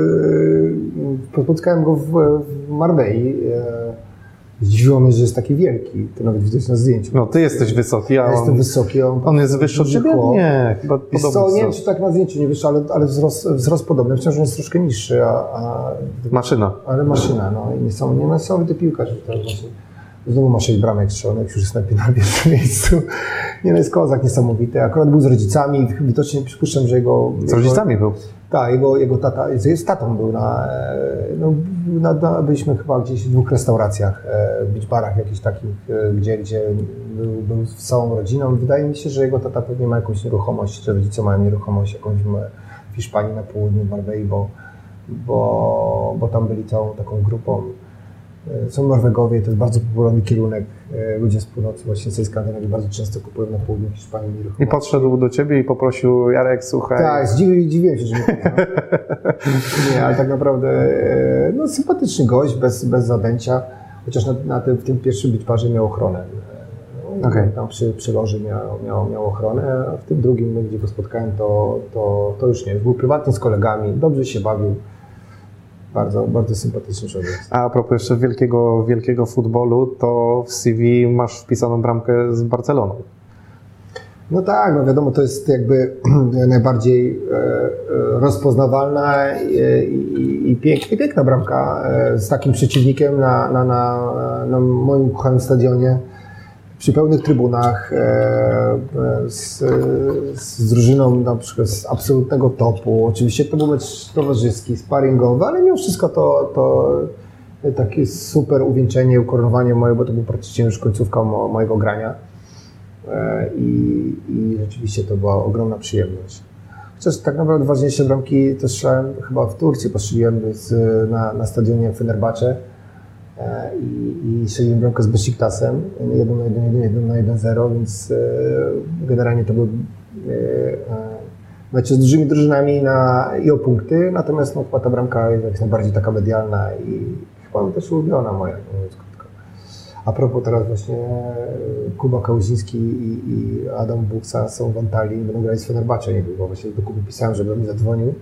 yy, spotkałem go w, w Marbei. Yy, zdziwiło mnie, że jest taki wielki. To nawet widać na zdjęciu. No, ty jesteś wysoki, a ja on... jestem wysoki. On, on jest wyższy od ciebie? Nie, chyba Wiesz podobny. co, nie wiem, czy tak na zdjęciu nie wyższy, ale, ale wzrost, wzrost podobny. Wciąż on jest troszkę niższy, a... a maszyna. Ale maszyna, no. I niesamowity, niesamowity piłkarz. Teraz właśnie znowu ma sześć bramek strzelonych, już jest na, na pierwszym miejscu. Nie, no jest kozak niesamowity. Akurat był z rodzicami, widocznie przypuszczam, że jego... Z rodzicami jego, był? Tak, jego, jego tata, z tatą był na, no, na, na... Byliśmy chyba gdzieś w dwóch restauracjach, beach barach jakichś takich, gdzie, gdzie był, był z całą rodziną. Wydaje mi się, że jego tata pewnie ma jakąś nieruchomość, że rodzice mają nieruchomość jakąś w Hiszpanii na południu, w Marbei, bo, bo, bo tam byli całą taką grupą. Są Norwegowie, to jest bardzo popularny kierunek. Ludzie z północy, właśnie z tej Skandynawii, bardzo często kupują na południu Hiszpanii nieruchomości. I podszedł do ciebie i poprosił: Jarek, słuchaj. Tak, zdziwiłem, zdziwiłem się, że nie poznał. Nie, ale tak naprawdę no, sympatyczny gość, bez, bez zadęcia. Chociaż na, na tym, w tym pierwszym beachbarze miał ochronę. Okay. Tam przy, przy loży miał, miał, miał ochronę, a w tym drugim, gdzie go spotkałem, to, to, to już nie. Był prywatnie z kolegami, dobrze się bawił. Bardzo, bardzo sympatyczny człowiek. A propos jeszcze wielkiego, wielkiego futbolu, to w C V masz wpisaną bramkę z Barceloną. No tak, no wiadomo, to jest jakby najbardziej rozpoznawalna i, i, i piękna, piękna bramka z takim przeciwnikiem na, na, na, na moim ukochanym stadionie. Przy pełnych trybunach, z, z drużyną na przykład z absolutnego topu. Oczywiście to był mecz towarzyski, sparingowy, ale mimo wszystko to, to takie super uwieńczenie, ukoronowanie moje, bo to był praktycznie już końcówka mo, mojego grania. I, I rzeczywiście to była ogromna przyjemność. Chociaż tak naprawdę ważniejsze bramki to strzelałem chyba w Turcji, postrzeliłem z, na, na stadionie Fenerbahce. I, i strzeliłem bramkę z Besiktasem, jeden na jeden, jeden na jeden zero, więc e, generalnie to był e, mecze z dużymi drużynami na, i o punkty, natomiast no, chyba ta bramka jest jak najbardziej taka medialna i chyba też ulubiona moja, mówiąc krótko. A propos teraz właśnie Kuba Kałuziński i, i Adam Buksa są w Antalii i będą grać z Fenerbahce niedługo. Właśnie do Kuby pisałem, żeby mi zadzwonił,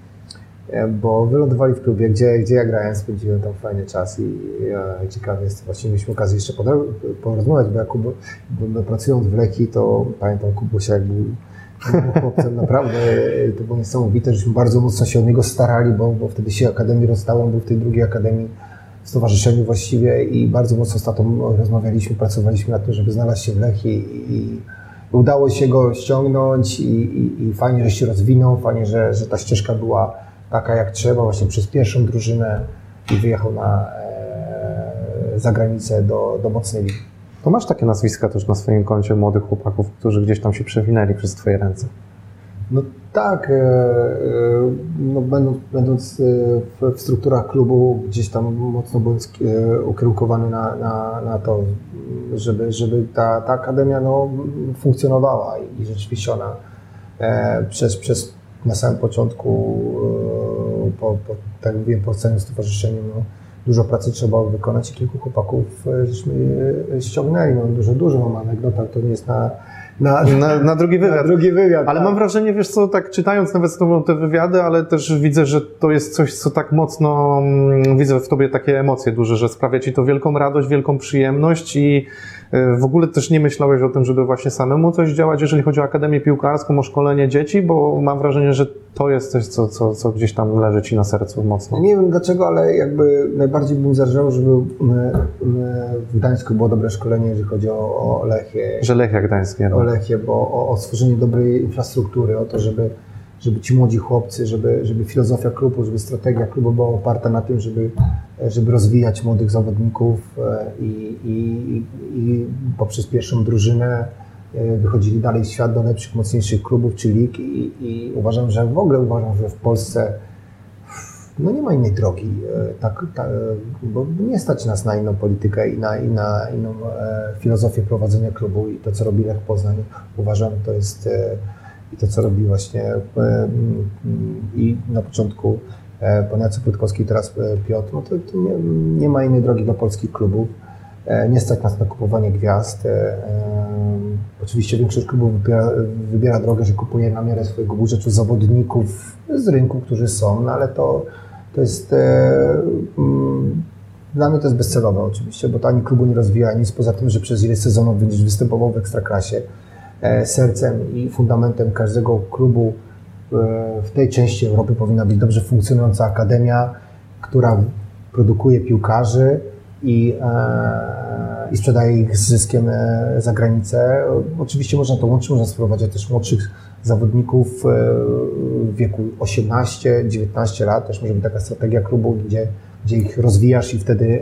bo wylądowali w klubie, gdzie, gdzie ja grałem, spędziłem tam fajny czas i ja ciekawy jest, właśnie mieliśmy okazję jeszcze porozmawiać, bo ja Kubo, bo pracując w Lechii, to pamiętam Kubusia, jak był chłopcem, naprawdę to było niesamowite, żeśmy bardzo mocno się o niego starali, bo, bo wtedy się akademii rozstałem, był w tej drugiej akademii w stowarzyszeniu właściwie i bardzo mocno z tatą rozmawialiśmy, pracowaliśmy nad tym, żeby znaleźć się w Lechii i udało się go ściągnąć i, i, i fajnie, że się rozwinął, fajnie, że, że ta ścieżka była taka jak trzeba, właśnie przez pierwszą drużynę i wyjechał na e, za granicę do, do mocnej ligi. To masz takie nazwiska też na swoim koncie młodych chłopaków, którzy gdzieś tam się przewinęli przez twoje ręce. No tak, e, e, no będąc, będąc w, w strukturach klubu gdzieś tam mocno byłem e, ukierunkowany na, na, na to, żeby, żeby ta, ta akademia no, funkcjonowała i rzeczywiście ona e, przez, przez na samym początku, po, po, tak jak mówiłem, po całym stowarzyszeniu, no, dużo pracy trzeba było wykonać i kilku chłopaków żeśmy ściągnęli. No, dużo, dużo mam anegdotach, to nie jest na, na, na, na drugi wywiad. Na drugi wywiad ale tak. Mam wrażenie, wiesz co, tak czytając nawet z tobą te wywiady, ale też widzę, że to jest coś, co tak mocno, widzę w tobie takie emocje duże, że sprawia ci to wielką radość, wielką przyjemność i w ogóle też nie myślałeś o tym, żeby właśnie samemu coś działać, jeżeli chodzi o akademię piłkarską, o szkolenie dzieci, bo mam wrażenie, że to jest coś, co, co, co gdzieś tam leży ci na sercu mocno. Nie wiem dlaczego, ale jakby najbardziej bym zależał, żeby w Gdańsku było dobre szkolenie, jeżeli chodzi o, o Lechię. Że Lechia Gdańskie. O Lechię, bo o, o stworzenie dobrej infrastruktury, o to, żeby, żeby ci młodzi chłopcy, żeby, żeby filozofia klubu, żeby strategia klubu była oparta na tym, żeby żeby rozwijać młodych zawodników i, i, i poprzez pierwszą drużynę wychodzili dalej w świat do lepszych, mocniejszych klubów czy lig i, i uważam, że w ogóle uważam, że w Polsce no nie ma innej drogi, tak, tak, bo nie stać nas na inną politykę i na, i na inną filozofię prowadzenia klubu i to, co robi Lech Poznań, uważam, to jest i to, co robi właśnie i na początku pan Jacek Rutkowski, teraz Piotr, no to, to nie, nie ma innej drogi dla polskich klubów. Nie stać nas na kupowanie gwiazd. Oczywiście większość klubów wybiera, wybiera drogę, że kupuje na miarę swojego budżetu zawodników z rynku, którzy są, no ale to, to jest... Dla mnie to jest bezcelowe oczywiście, bo to ani klubu nie rozwija nic, poza tym, że przez ileś sezonów będziesz występował w Ekstraklasie. Sercem i fundamentem każdego klubu w tej części Europy powinna być dobrze funkcjonująca akademia, która produkuje piłkarzy i, i sprzedaje ich z zyskiem za granicę. Oczywiście można to łączyć, można sprowadzić też młodszych zawodników w wieku osiemnaście dziewiętnaście lat. Też może być taka strategia klubu, gdzie, gdzie ich rozwijasz i wtedy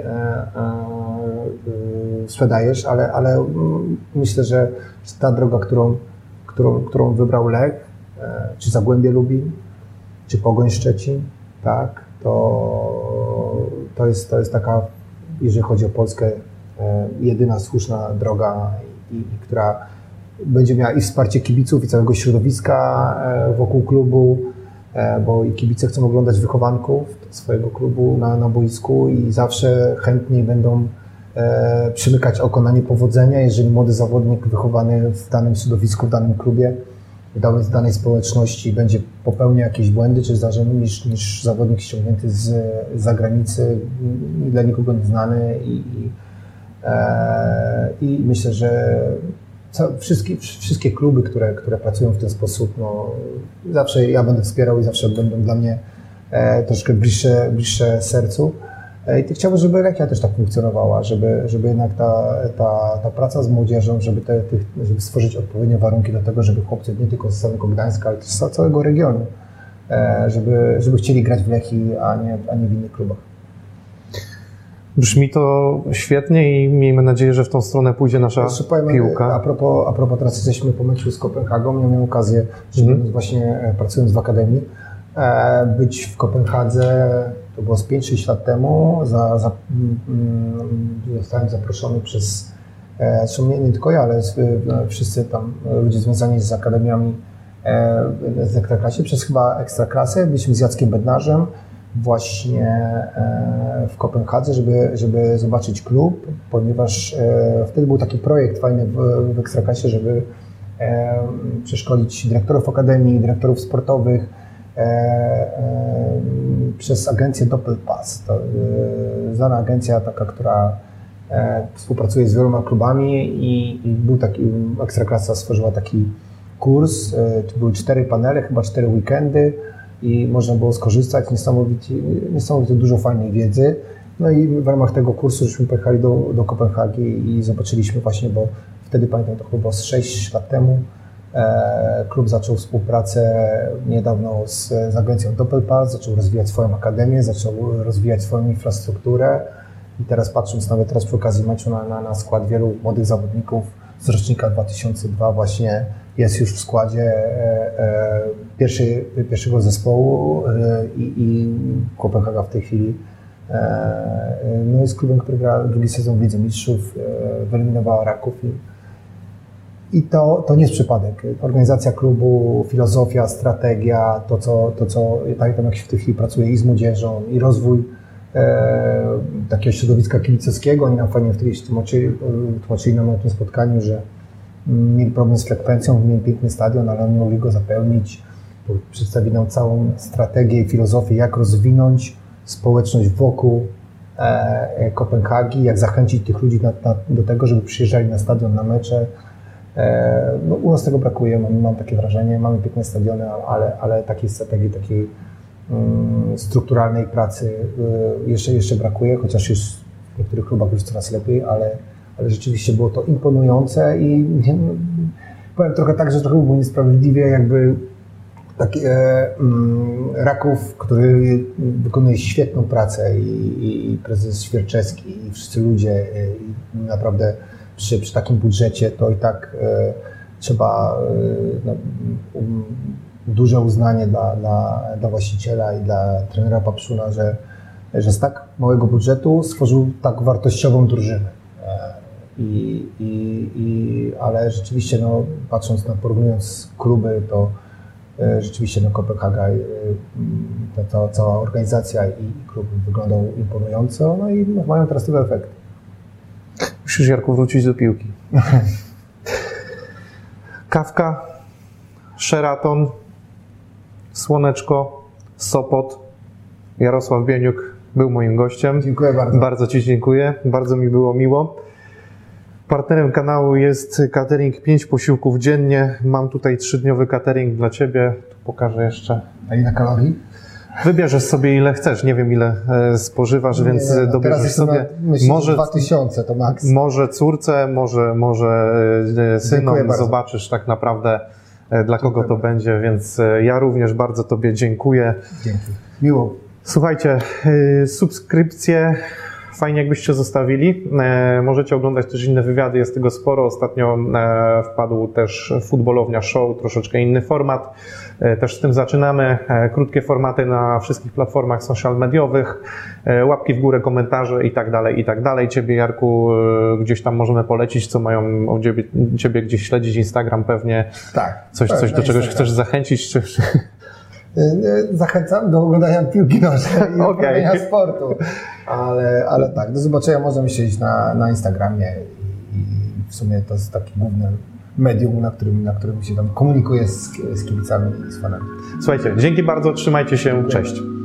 sprzedajesz, ale, ale myślę, że ta droga, którą, którą, którą wybrał Lech, czy Zagłębie Lubin, czy Pogoń Szczecin, tak, to, to, jest, to jest taka, jeżeli chodzi o Polskę, jedyna słuszna droga, i, i, która będzie miała i wsparcie kibiców, i całego środowiska wokół klubu, bo i kibice chcą oglądać wychowanków swojego klubu na, na boisku i zawsze chętniej będą e, przymykać oko na niepowodzenia, jeżeli młody zawodnik wychowany w danym środowisku, w danym klubie, w danej społeczności będzie popełniał jakieś błędy czy zdarzenia, niż, niż zawodnik ściągnięty z zagranicy, dla nikogo nieznany i, i, e, i myślę, że Wszystkie, wszystkie kluby, które, które pracują w ten sposób, no, zawsze ja będę wspierał i zawsze będą dla mnie e, troszkę bliższe, bliższe sercu. E, I chciałbym, żeby Lechia też tak funkcjonowała, żeby, żeby jednak ta, ta, ta praca z młodzieżą, żeby, te, tych, żeby stworzyć odpowiednie warunki do tego, żeby chłopcy nie tylko z samego Gdańska, ale też z całego regionu, e, żeby, żeby chcieli grać w Lechii, a nie, a nie w innych klubach. Brzmi to świetnie i miejmy nadzieję, że w tą stronę pójdzie nasza Jeszcze powiem, piłka. A propos, a propos, teraz jesteśmy po meczu z Kopenhagą, ja miałem okazję, żeby mm. właśnie pracując w Akademii, być w Kopenhadze, to było z pięć sześć lat temu, za, za, zostałem zaproszony przez, zresztą nie, nie tylko ja, ale wszyscy tam ludzie związani z akademiami z Ekstraklasie, przez chyba Ekstraklasę, byliśmy z Jackiem Bednarzem właśnie w Kopenhadze, żeby, żeby zobaczyć klub, ponieważ wtedy był taki projekt fajny w, w Ekstraklasie, żeby przeszkolić dyrektorów akademii, dyrektorów sportowych przez agencję Doppelpass. To znana agencja taka, która współpracuje z wieloma klubami i, i był taki, Ekstraklasa stworzyła taki kurs, to były cztery panele, chyba cztery weekendy, i można było skorzystać, niesamowicie, niesamowicie dużo fajnej wiedzy. No i w ramach tego kursu żeśmy pojechali do, do Kopenhagi i zobaczyliśmy właśnie, bo wtedy pamiętam, to chyba z sześć lat temu e, klub zaczął współpracę niedawno z, z agencją Doppelpass, zaczął rozwijać swoją akademię, zaczął rozwijać swoją infrastrukturę i teraz patrząc nawet teraz przy okazji meczu na, na, na skład wielu młodych zawodników z rocznika dwa tysiące drugiego właśnie jest już w składzie e, e, pierwszy, pierwszego zespołu e, i Kopenhaga w tej chwili e, no jest klubem, który gra drugi sezon w Lidze Mistrzów, e, wyeliminowała Raków i, i to, to nie jest przypadek. Organizacja klubu, filozofia, strategia, to co, to, co pamiętam jak się w tej chwili pracuje i z młodzieżą, i rozwój e, takiego środowiska kibicowskiego. Oni nam fajnie wtedy tłumaczyli, tłumaczyli nam na tym spotkaniu, że mieli problem z frekwencją, mieli piękny stadion, ale oni mogli go zapełnić. Przedstawili nam całą strategię i filozofię, jak rozwinąć społeczność wokół e, Kopenhagi, jak zachęcić tych ludzi na, na, do tego, żeby przyjeżdżali na stadion, na mecze. E, no, u nas tego brakuje, mam, mam takie wrażenie, mamy piękne stadiony, ale, ale takiej strategii, takiej um, strukturalnej pracy y, jeszcze, jeszcze brakuje, chociaż już w niektórych klubach już coraz lepiej, ale ale rzeczywiście było to imponujące i nie, powiem trochę tak, że trochę było niesprawiedliwie, jakby taki e, mm, Raków, który wykonuje świetną pracę i, i, i prezes Świerczewski i wszyscy ludzie i naprawdę przy, przy takim budżecie to i tak e, trzeba e, no, um, duże uznanie dla, dla, dla właściciela i dla trenera Papszuna, że, że z tak małego budżetu stworzył tak wartościową drużynę. I, i, i, ale rzeczywiście, no, patrząc na, porównując kluby, to e, rzeczywiście no, Kopenhaga e, to, to cała organizacja i klub wyglądał imponująco, no i mają teraz tego efekt. Musisz, Jarku, wrócić do piłki. Kawka, Sheraton, Słoneczko, Sopot, Jarosław Bieniuk był moim gościem. Dziękuję bardzo. Bardzo Ci dziękuję, bardzo mi było miło. Partnerem kanału jest catering pięć posiłków dziennie. Mam tutaj trzydniowy catering dla Ciebie. Tu pokażę jeszcze. A ile kalorii? Wybierzesz sobie ile chcesz. Nie wiem ile e, spożywasz, Nie, więc nie, no, dobierzesz teraz sobie. Na, myślę, może dwa tysiące to maks. Może córce, może, może e, synom. Dziękuję Zobaczysz tak naprawdę e, dla kogo Dziękuję. to będzie, więc e, ja również bardzo Tobie dziękuję. Dzięki. Miło. Słuchajcie, e, subskrypcje fajnie jakbyście zostawili. E, możecie oglądać też inne wywiady, jest tego sporo. Ostatnio e, wpadł też Futbolownia Show, troszeczkę inny format. E, też z tym zaczynamy. E, krótkie formaty na wszystkich platformach social mediowych. E, łapki w górę, komentarze i tak dalej, i tak dalej. Ciebie, Jarku, e, gdzieś tam możemy polecić, co mają o ciebie, ciebie gdzieś śledzić. Instagram pewnie. Tak. Coś, tak, coś na do czegoś Instagram. chcesz zachęcić? Czy... Zachęcam do oglądania piłki nożnej i Okej. uprawiania sportu. Ale, ale tak, do zobaczenia możemy siedzieć na, na Instagramie i, i w sumie to jest taki główny medium, na którym, na którym się tam komunikuję z, z kibicami i z fanami. Słuchajcie, dzięki bardzo, trzymajcie się, cześć.